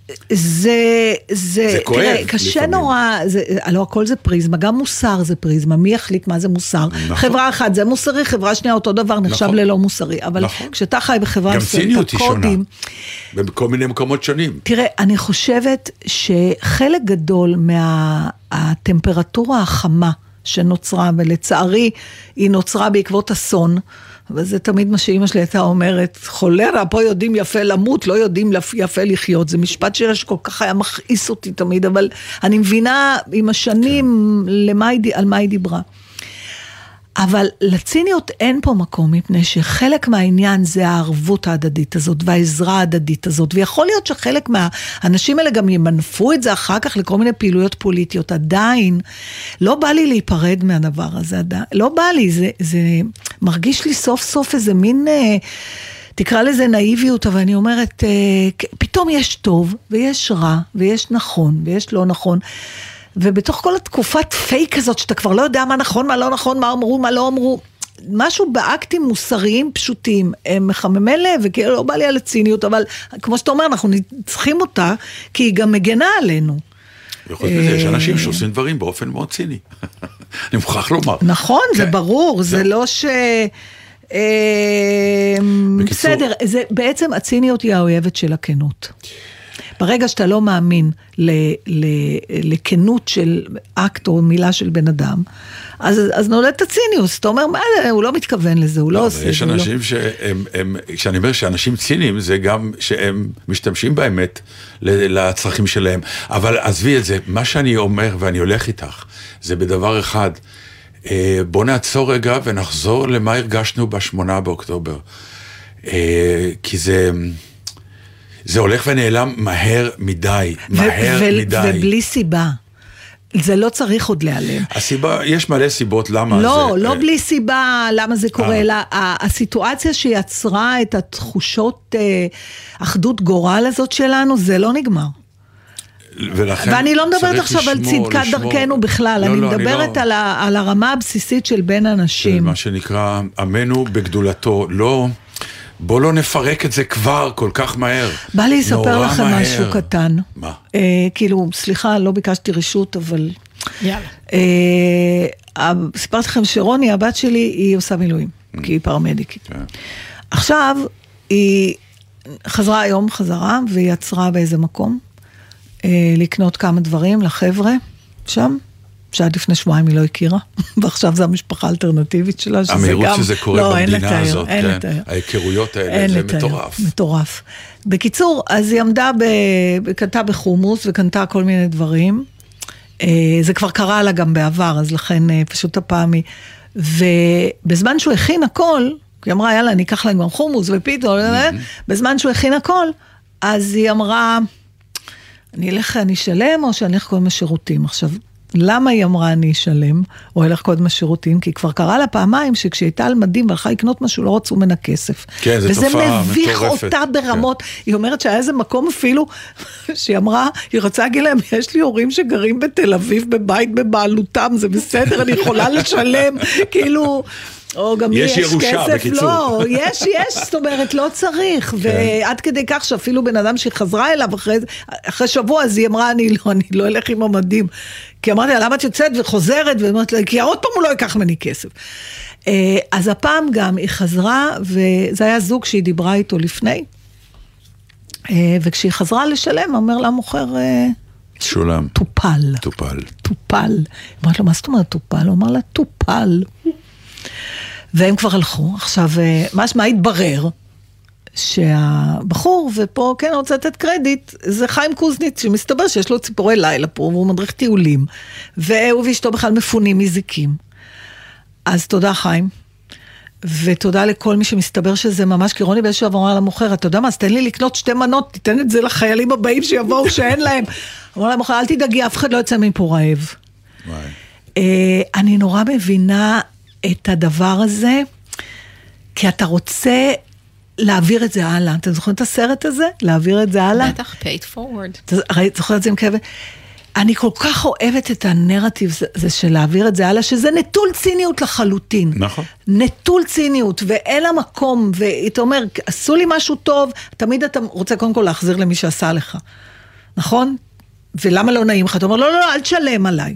זה, זה, זה כואב, תראה, קשה לפעמים. נורא, זה, לא, הכל זה פריזמה, גם מוסר זה פריזמה, מי יחליט מה זה מוסר? נכון. חברה אחת זה מוסרי, חברה שנייה אותו דבר, נחשב נכון. ללא מוסרי, אבל נכון. כשאתה חי בחברה... גם ציניות היא שונה, בכל מיני מקומות שונים. תראה, אני חושבת שחלק גדול מהטמפרטורה החמה שנוצרה, ולצערי היא נוצרה בעקבות אסון, וזה תמיד מה שאמא שלי הייתה אומרת, חולרה, פה יודעים יפה למות, לא יודעים יפה לחיות. זה משפט שלה שכל כך היה מכעיס אותי תמיד, אבל אני מבינה עם השנים למה היא, על מה היא דיברה. אבל לציניות אין פה מקום, מפני שחלק מהעניין זה הערבות ההדדית הזאת, והעזרה ההדדית הזאת, ויכול להיות שחלק מהאנשים האלה גם ימנפו את זה אחר כך לכל מיני פעילויות פוליטיות. עדיין, לא בא לי להיפרד מהדבר הזה, עדיין, לא בא לי, זה, זה מרגיש לי סוף סוף איזה מין... תקרא לזה נאיביות, אבל אני אומרת, פתאום יש טוב, ויש רע, ויש נכון, ויש לא נכון, ובתוך כל התקופת פייק הזאת, שאתה כבר לא יודע מה נכון, מה לא נכון, מה אמרו, מה לא אמרו, משהו באקטים מוסריים פשוטים, הם מחממי לב, וכאילו לא בא לי על הציניות, אבל כמו שאתה אומר, אנחנו צריכים אותה, כי היא גם מגנה עלינו. יכול להיות, יש אנשים שעושים דברים באופן מאוד ציני. אני מוכרח לומר. נכון, זה ברור, זה לא ש... בסדר, בעצם הציניות היא האויבת של הכנות. ברגע שאתה לא מאמין לכנות של אקט או מילה של בן אדם, אז נולד את הציניוס, אתה אומר, מה, הוא לא מתכוון לזה, הוא לא עושה. יש אנשים שהם, כשאני אומר שאנשים ציניים, זה גם שהם משתמשים באמת לצרכים שלהם, אבל עזבי את זה, מה שאני אומר ואני הולך איתך, זה בדבר אחד, בוא נעצור רגע ונחזור למה הרגשנו בשמונה באוקטובר, כי זה... זה הולך ונעלם מהר מדי, מהר ו- מדי. ובלי סיבה. זה לא צריך עוד להיעלם. הסיבה, יש מלא סיבות למה לא, זה... לא אה... בלי סיבה למה זה קורה, אלא הסיטואציה שיצרה את התחושות אה, אחדות גורל הזאת שלנו, זה לא נגמר. ואני לא מדברת עכשיו לשמור, על צדקת לשמור. דרכנו בכלל, לא, אני לא, מדברת אני לא... על, ה, על הרמה הבסיסית של בין אנשים. מה שנקרא, עמנו בגדולתו, לא... בוא לא נפרק את זה כבר כל כך מהר. בא לי לספר לכם מהר. משהו קטן. מה? אה, כאילו, סליחה, לא ביקשתי רשות, אבל... יאללה. אה, סיפרתי לכם שרוני, הבת שלי, היא עושה מילואים, mm. כי היא פרמדיקית. Yeah. עכשיו, היא חזרה היום חזרה, והיא יצרה באיזה מקום, אה, לקנות כמה דברים לחבר'ה, שם. שעד לפני שבועיים היא לא הכירה, ועכשיו זה המשפחה האלטרנטיבית שלה, שזה גם... המהירות שזה קורה לא, במדינה הזאת, כן. ההיכרויות האלה, זה מטורף. מטורף. בקיצור, אז היא עמדה, קנתה בחומוס, וקנתה כל מיני דברים, זה כבר קרה לה גם בעבר, אז לכן פשוט הפעם היא, ובזמן שהוא הכין הכל, היא אמרה, יאללה, אני אקח להם גם חומוס ופיתו, בזמן שהוא הכין הכל, אז היא אמרה, אני אלך, אני אשלם, או שאני אלך קודם לשירותים. עכשיו, למה היא אמרה אני אשלם, או אלך קודם לשירותים? כי כבר קרה לה פעמיים שכשהייתה על מדים והלכה לקנות משהו, לא רצו ממנה כסף. כן, זו תופעה מטורפת. וזה מביך אותה ברמות. כן. היא אומרת שהיה איזה מקום אפילו, שהיא אמרה, היא רוצה להגיד להם, יש לי הורים שגרים בתל אביב, בבית בבעלותם, זה בסדר, אני יכולה לשלם, כאילו... או גם יש יש ירושה, כסף, בקיצור. לא, יש, יש, זאת אומרת, לא צריך, כן. ועד כדי כך שאפילו בן אדם שחזרה אליו אחרי, אחרי שבוע, אז היא אמרה, אני לא, אני לא אלך עם המדים, כי אמרתי לה, למה את יוצאת וחוזרת, ואמרת לה, כי עוד פעם הוא לא ייקח מני כסף. אז הפעם גם היא חזרה, וזה היה זוג שהיא דיברה איתו לפני, וכשהיא חזרה לשלם, אומר לה מוכר, שולם. טופל. טופל. טופל. אמרת לו, מה זאת אומרת טופל? הוא אמר לה, טופל. והם כבר הלכו. עכשיו, מה התברר? שהבחור, ופה כן רוצה לתת קרדיט, זה חיים קוזניץ, שמסתבר שיש לו ציפורי לילה פה, והוא מדריך טיולים, והוא ואשתו בכלל מפונים מזיקים. אז תודה חיים, ותודה לכל מי שמסתבר שזה ממש, כי רוני באיזשהו אמרה למוכר, אתה יודע מה, אז תן לי לקנות שתי מנות, תיתן את זה לחיילים הבאים שיבואו שאין להם. אמרה למוכר, אל תדאגי, אף אחד לא יוצא מפה רעב. אני נורא מבינה את הדבר הזה, כי אתה רוצה להעביר את זה הלאה. אתה זוכר את הסרט הזה? להעביר את זה הלאה? בטח, pay it forward. אתה זוכר את זה עם כאב? אני כל כך אוהבת את הנרטיב הזה של להעביר את זה הלאה, שזה נטול ציניות לחלוטין. נכון. נטול ציניות, ואין לה מקום, ואתה אומר, עשו לי משהו טוב, תמיד אתה רוצה קודם כל להחזיר למי שעשה לך. נכון? ולמה לא נעים לך? אתה אומר, לא, לא, לא, אל תשלם עליי.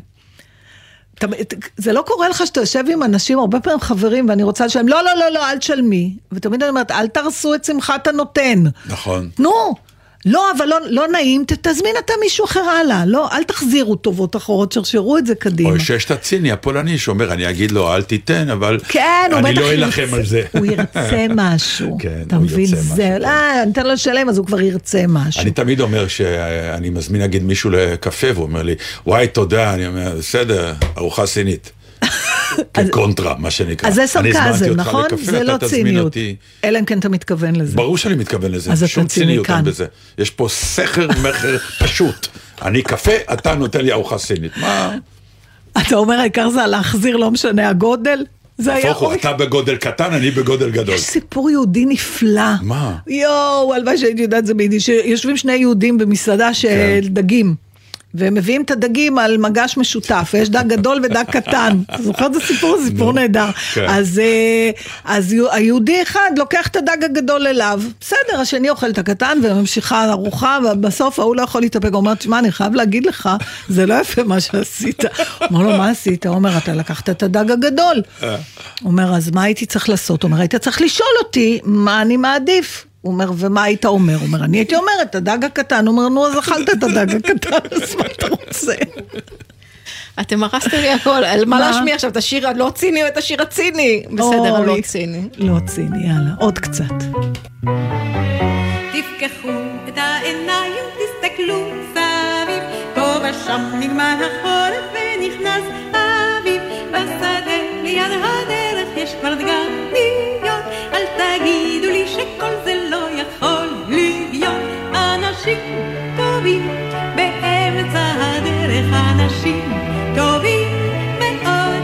זה לא קורה לך שאתה יושב עם אנשים, הרבה פעמים חברים, ואני רוצה לשלם, לא, לא, לא, לא, אל תשלמי. ותמיד אני אומרת, אל תרסו את שמחת הנותן. נכון. נו, לא, אבל לא, לא נעים, תזמין אתה מישהו אחר הלאה. לא, אל תחזירו טובות אחרות, שרשרו את זה קדימה. או שיש את הציני הפולני שאומר, אני אגיד לו, אל תיתן, אבל כן, אני לא אלחם על זה. הוא ירצה משהו. כן, אתה מבין, זה, לא, אני אתן לו לשלם, אז הוא כבר ירצה משהו. אני תמיד אומר שאני מזמין להגיד מישהו לקפה, והוא אומר לי, וואי, תודה, אני אומר, בסדר, ארוחה סינית. כקונטרה, מה שנקרא. אז זה סרקזם, נכון? זה לא ציניות. אלא אם כן אתה מתכוון לזה. ברור שאני מתכוון לזה. שום ציניות אין בזה. יש פה סכר מחר פשוט. אני קפה, אתה נותן לי ארוחה סינית. מה? אתה אומר, העיקר זה להחזיר, לא משנה הגודל? הפוכו, אתה בגודל קטן, אני בגודל גדול. יש סיפור יהודי נפלא. מה? יואו, הלוואי שהייתי יודעת זה ביידיש. יושבים שני יהודים במסעדה של דגים. והם מביאים את הדגים על מגש משותף, ויש דג גדול ודג קטן. אתה זוכר את הסיפור? זה סיפור נהדר. אז, אז היהודי אחד לוקח את הדג הגדול אליו, בסדר, השני אוכל את הקטן, וממשיכה ארוחה, ובסוף ההוא לא יכול להתאפק, הוא אומר, תשמע, אני חייב להגיד לך, זה לא יפה מה שעשית. הוא אומר לו, מה עשית? הוא אומר, אתה לקחת את הדג הגדול. הוא אומר, אז מה הייתי צריך לעשות? הוא אומר, היית צריך לשאול אותי, מה אני מעדיף? הוא אומר, ומה היית אומר? הוא אומר, אני הייתי אומרת, הדג הקטן. הוא אומר, נו, אז אכלת את הדג הקטן, אז מה אתה רוצה? אתם הרסתם לי הכל, על מה להשמיע עכשיו, את השיר הלא ציני או את השיר הציני? בסדר, הלא ציני. לא ציני, יאללה, עוד קצת. תפקחו את העיניים, תסתכלו סביב, פה ושם נגמר החורף ונכנס אביב, בשדה ליד הדרך יש כבר דגניות, אל תגידו לי שכל זה לא יכול להיות. אנשים טובים באמצע הדרך, אנשים טובים מאוד,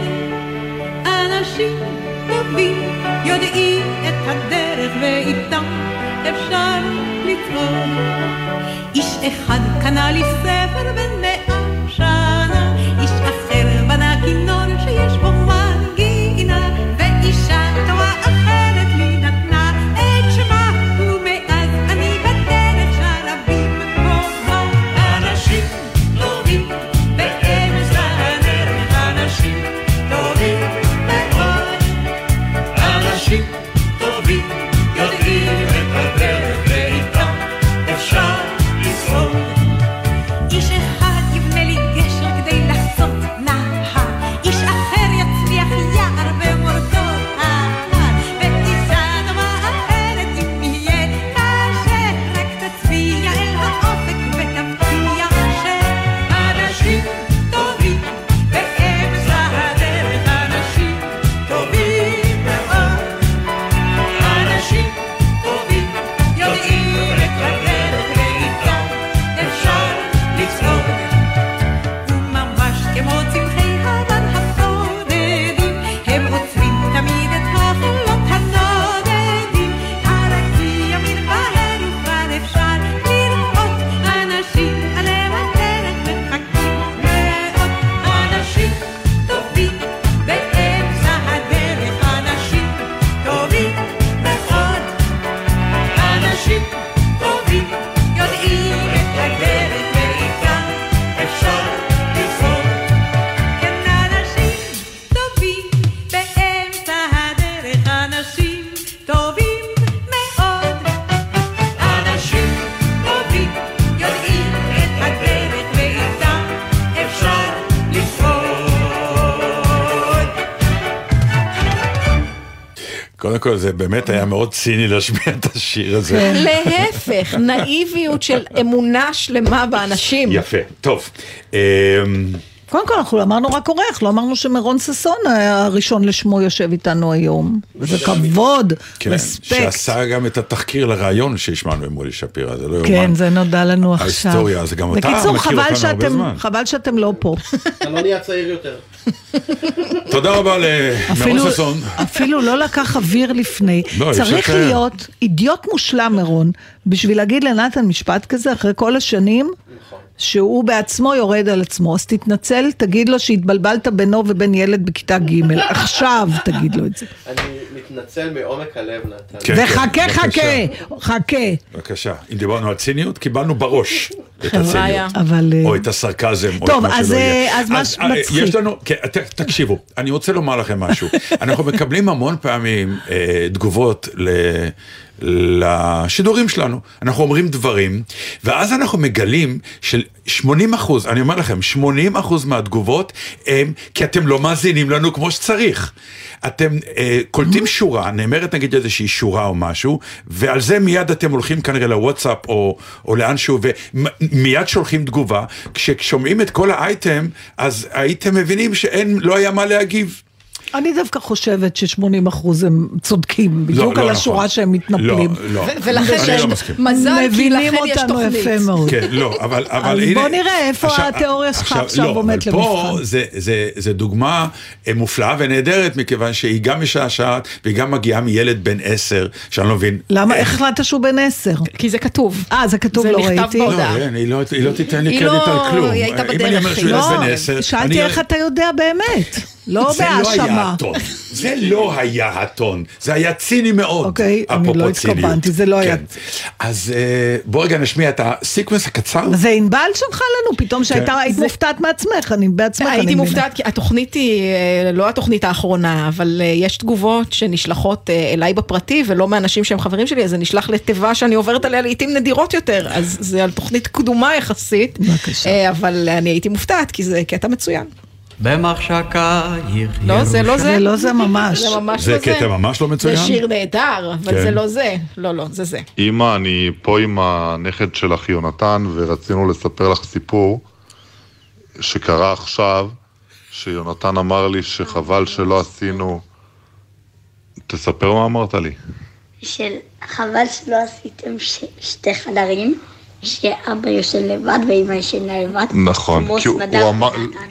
אנשים טובים יודעים את הדרך ואיתם אפשר לצעוד. איש אחד קנה לי ספר בן מאה שנה, איש אחר בנה כינור שיש בו מנגינה, ואישה טובה אחרת לי נתנה את שמה, ומאז אני בדרך שרה במקומה. אנשים טובים באמצע הדרך, אנשים טובים מאוד, אנשים טובים יודעים את הדרך ואיתם אפשר לצעוד. איש אחד יבנה לי גשר כדי לחצות נהר, איש אחר יצמיח יער במורדות ההר, ואישה טובה אחרת אם יהיה קשה, רק תצביע אל האופק ותבטיח שאנשים טובים באמצע הדרך, אנשים טובים מאוד, אנשים טובים יודעים את הדרך ואיתם אפשר לצעוד. וממש כמו צמחי הבן הבודדים, הם עוצרים תמיד את החולות הנודדים, הרקיע מתבהר וכבר אפשר לראות אנשים על הדרך מחכים מאוד. אנשים טובים באמצע הדרך, אנשים טובים מאוד, אנשים טובים יודעים את הדרך ואיתם אפשר לצעוד. כן, אנשים טובים באמצע הדרך, אנשים טובים מאוד, אנשים טובים יודעים את הדרך ואיתם אפשר לצעוד. קודם כל, זה באמת היה מאוד ציני להשמיע את השיר הזה. להפך, נאיביות של אמונה שלמה באנשים. יפה, טוב. אמ, קודם כל, אנחנו אמרנו רק אורח, לא אמרנו שמרון ששון הראשון לשמו יושב איתנו היום. זה כבוד, כן, רספקט. שעשה גם את התחקיר לרעיון שהשמענו עם מולי שפירא, זה לא יומן. כן, זה נודע לנו עכשיו. ההיסטוריה, זה גם אתה בקיצור, מכיר חבל אותנו הרבה שאתם, זמן. חבל שאתם לא פה. אתה לא נהיה צעיר יותר. תודה רבה למרון ששון. אפילו לא לקח אוויר לפני. לא, צריך אפשר- להיות אידיוט מושלם, מרון, בשביל להגיד לנתן משפט כזה, אחרי כל השנים, שהוא בעצמו יורד על עצמו. אז תתנצל, תגיד לו שהתבלבלת בינו ובין ילד בכיתה ג'. עכשיו תגיד לו את זה. אני מתנצל מעומק הלב, נתן. כן, וחכה, כן, חכה, בבקשה. חכה. בבקשה. אם דיברנו על ציניות, קיבלנו בראש. את הציניות, או את הסרקזם, טוב, אז מה מצחיק? יש לנו, תקשיבו, אני רוצה לומר לכם משהו. אנחנו מקבלים המון פעמים תגובות לשידורים שלנו. אנחנו אומרים דברים, ואז אנחנו מגלים של שמונים אחוז, אני אומר לכם, שמונים אחוז מהתגובות הם כי אתם לא מאזינים לנו כמו שצריך. אתם אה, קולטים שורה, נאמרת נגיד איזושהי שורה או משהו, ועל זה מיד אתם הולכים כנראה לוואטסאפ או, או לאנשהו, ומיד שולחים תגובה. כששומעים את כל האייטם, אז הייתם מבינים שאין, לא היה מה להגיב. אני דווקא חושבת ש-שמונים אחוז הם צודקים, בדיוק על השורה שהם מתנפלים. ולכן מזל, כי לכן יש תוכנית. יפה מאוד. כן, לא, אבל אז בוא נראה איפה התיאוריה שלך עכשיו עומדת למבחן. פה זה דוגמה מופלאה ונהדרת, מכיוון שהיא גם משעשעת, והיא גם מגיעה מילד בן עשר, שאני לא מבין. למה? איך החלטת שהוא בן עשר? כי זה כתוב. אה, זה כתוב, לא ראיתי. היא לא תיתן לי קרדיט על כלום. היא הייתה בדרך. שאלתי איך אתה יודע באמת. לא בהאשמה. זה לא היה הטון, זה היה ציני מאוד. אוקיי, אני לא התכוונתי, זה לא היה. אז בוא רגע נשמיע את הסיקוונס הקצר. זה ענבל שלך לנו, פתאום שהיית מופתעת מעצמך, אני בעצמך. הייתי מופתעת, כי התוכנית היא לא התוכנית האחרונה, אבל יש תגובות שנשלחות אליי בפרטי, ולא מאנשים שהם חברים שלי, אז זה נשלח לתיבה שאני עוברת עליה לעתים נדירות יותר, אז זה על תוכנית קדומה יחסית, אבל אני הייתי מופתעת, כי זה קטע מצוין. במחשקה לא, זה לא זה. זה לא זה ממש. זה ממש זה לא זה. זה קטע ממש לא מצוין. זה שיר נהדר, אבל כן. זה לא זה. לא, לא, זה זה. אמא, אני פה עם הנכד שלך יונתן, ורצינו לספר לך סיפור שקרה עכשיו, שיונתן אמר לי שחבל שלא עשינו... תספר מה אמרת לי. של חבל שלא עשיתם ש... שתי חדרים, שאבא יושן לבד ואמא ישנה לבד. נכון, כי הוא, הוא אמר...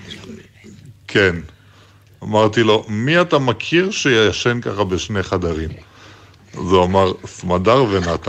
כן. אמרתי לו, מי אתה מכיר שישן ככה בשני חדרים? אז הוא אמר, סמדר ונתן.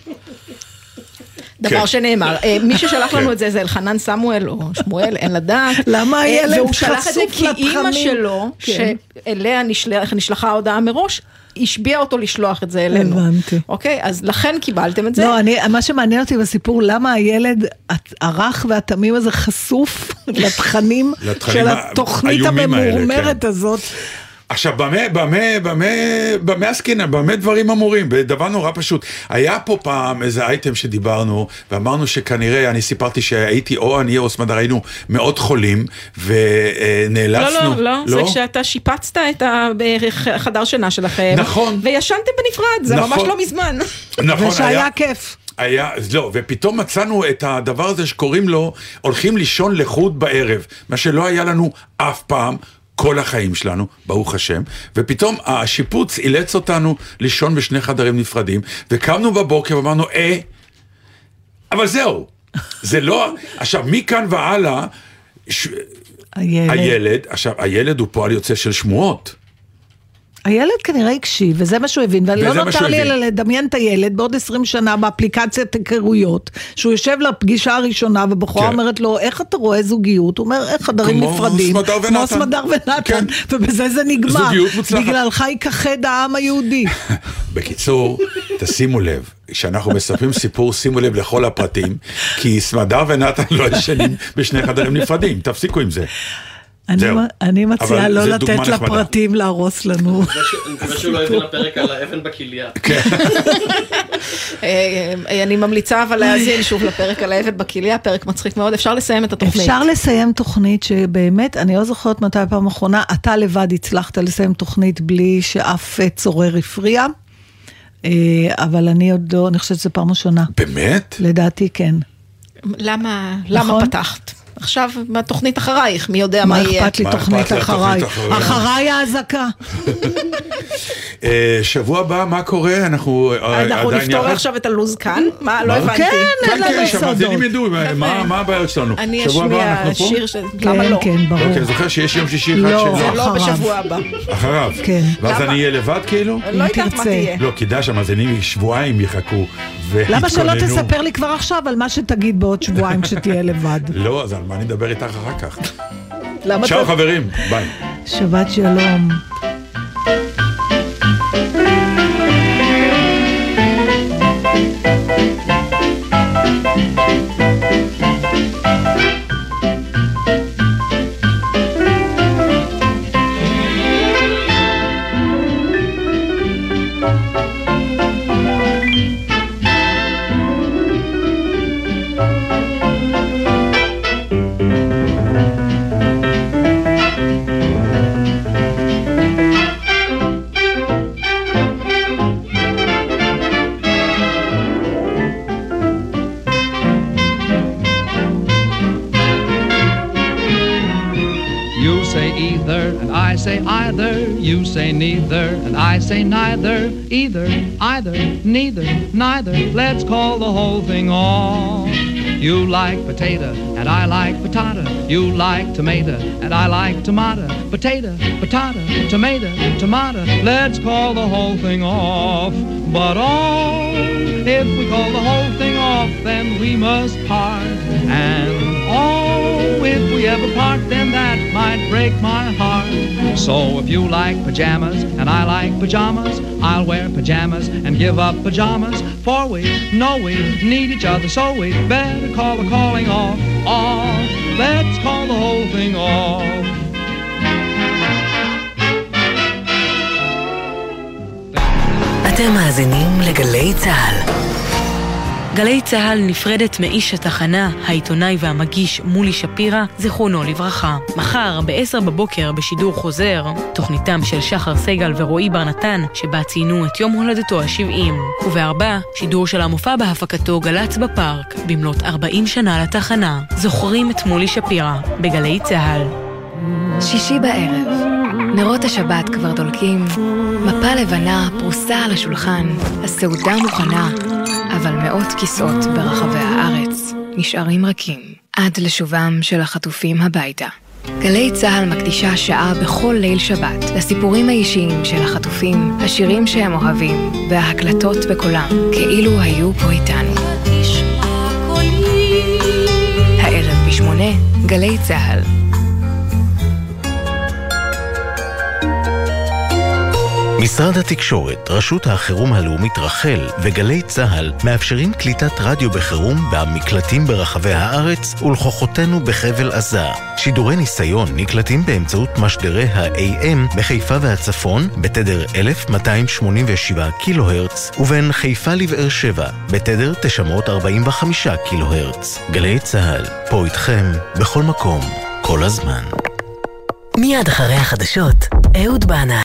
דבר שנאמר, מי ששלח לנו את זה זה אלחנן סמואל או שמואל, אין לדעת. למה הילד חשוף לתכנים? והוא שלח את זה כי אימא שלו, שאליה נשלחה ההודעה מראש, השביע אותו לשלוח את זה אלינו. הבנתי. אוקיי? אז לכן קיבלתם את זה. לא, אני, מה שמעניין אותי בסיפור, למה הילד הרך והתמים הזה חשוף לתכנים של התוכנית הממורמרת הזאת. עכשיו, במה, במה, במה, במה הסקינה, במה דברים אמורים, בדבר נורא פשוט. היה פה פעם איזה אייטם שדיברנו, ואמרנו שכנראה, אני סיפרתי שהייתי או אני או סמדר, היינו מאוד חולים, ונאלצנו... לא, לא, לא, זה כשאתה שיפצת את החדר שינה שלכם. נכון. וישנתם בנפרד, זה ממש לא מזמן. נכון, ושהיה כיף. היה, לא, ופתאום מצאנו את הדבר הזה שקוראים לו, הולכים לישון לחוד בערב, מה שלא היה לנו אף פעם, כל החיים שלנו, ברוך השם, ופתאום השיפוץ אילץ אותנו לישון בשני חדרים נפרדים, וקמנו בבוקר ואמרנו, אה, אבל זהו, זה לא, עכשיו, מכאן והלאה, ש... הילד. הילד, עכשיו, הילד הוא פועל יוצא של שמועות. הילד כנראה הקשיב, וזה מה שהוא הבין, ולא נותר לי אלא לדמיין את הילד בעוד עשרים שנה באפליקציית היכרויות, שהוא יושב לפגישה הראשונה, ובחורה אומרת לו, איך אתה רואה זוגיות? הוא אומר, איך חדרים נפרדים? כמו סמדר ונתן, ובזה זה נגמר. בגללך יכחד העם היהודי. בקיצור, תשימו לב, כשאנחנו מספרים סיפור, שימו לב לכל הפרטים, כי סמדר ונתן לא ישנים בשני חדרים נפרדים, תפסיקו עם זה. אני מציעה לא לתת לפרטים להרוס לנו. אני חושב שהוא לא הבין לפרק על האבן בכליה. אני ממליצה אבל להאזין שוב לפרק על האבן בכליה, פרק מצחיק מאוד, אפשר לסיים את התוכנית. אפשר לסיים תוכנית שבאמת, אני לא זוכרת מתי פעם אחרונה, אתה לבד הצלחת לסיים תוכנית בלי שאף צורר הפריע, אבל אני עוד לא, אני חושבת שזה פעם ראשונה. באמת? לדעתי כן. למה, למה פתחת? עכשיו, מהתוכנית אחרייך, מי יודע מה יהיה. מה אכפת לי תוכנית אחריי? אחריי ההזקה. שבוע הבא, מה קורה? אנחנו אנחנו נפתור עכשיו את הלוז כאן? מה? לא הבנתי. כן, אין לנו יסודות. שהמאזינים ידעו, מה הבעיות שלנו? אני אשמיע שיר, למה לא? כן, ברור. אוקיי, זוכר שיש יום שישי אחד שלו? זה לא בשבוע הבא. אחריו? כן. ואז אני אהיה לבד כאילו? לא יודעת מה תהיה. לא, כדאי שהמאזינים שבועיים יחכו והתכוננו. למה שלא תספר לי כבר עכשיו על מה שתגיד בעוד שבועיים כשתהיה לבד? לא, אז על מה אני אדבר איתך אחר כך? צ'או חברים, ביי. שבת שלום. You say either, and I say either. You say neither, and I say neither. Either, either, neither, neither. Let's call the whole thing off. You like potato, and I like patata. You like tomato, and I like tomato. Potato, patata, tomato, tomato. Let's call the whole thing off. But oh, if we call the whole thing off, then we must part. And oh, if we ever part, then that might break my heart. So if you like pajamas and I like pajamas, I'll wear pajamas and give up pajamas. For we know we need each other, so we better call the calling off, off. Let's call the whole thing off. אתם מאזינים לגלי צהל. גלי צהל נפרדת מאיש התחנה, העיתונאי והמגיש מולי שפירא, זיכרונו לברכה. מחר ב-עשר בבוקר בשידור חוזר, תוכניתם של שחר סגל ורועי בר נתן, שבה ציינו את יום הולדתו ה-שבעים. ובארבע, שידור של המופע בהפקתו גלץ בפארק, במלאת ארבעים שנה לתחנה. זוכרים את מולי שפירא, בגלי צהל. שישי בערב. נרות השבת כבר דולקים, מפה לבנה פרוסה על השולחן, הסעודה מוכנה, אבל מאות כיסאות ברחבי הארץ נשארים רכים עד לשובם של החטופים הביתה. גלי צהל מקדישה שעה בכל ליל שבת לסיפורים האישיים של החטופים, השירים שהם אוהבים וההקלטות בקולם, כאילו היו פה איתנו. הערב בשמונה, גלי צהל. משרד התקשורת, רשות החירום הלאומית רחל וגלי צהל מאפשרים קליטת רדיו בחירום במקלטים ברחבי הארץ ולכוחותינו בחבל עזה. שידורי ניסיון נקלטים באמצעות משדרי ה-איי אם בחיפה והצפון בתדר אלף מאתיים שמונים ושבע קילו הרץ ובין חיפה לבאר שבע בתדר תשע מאות ארבעים וחמישה קילו הרץ. גלי צהל, פה איתכם בכל מקום, כל הזמן. מיד אחרי החדשות, אהוד בנה.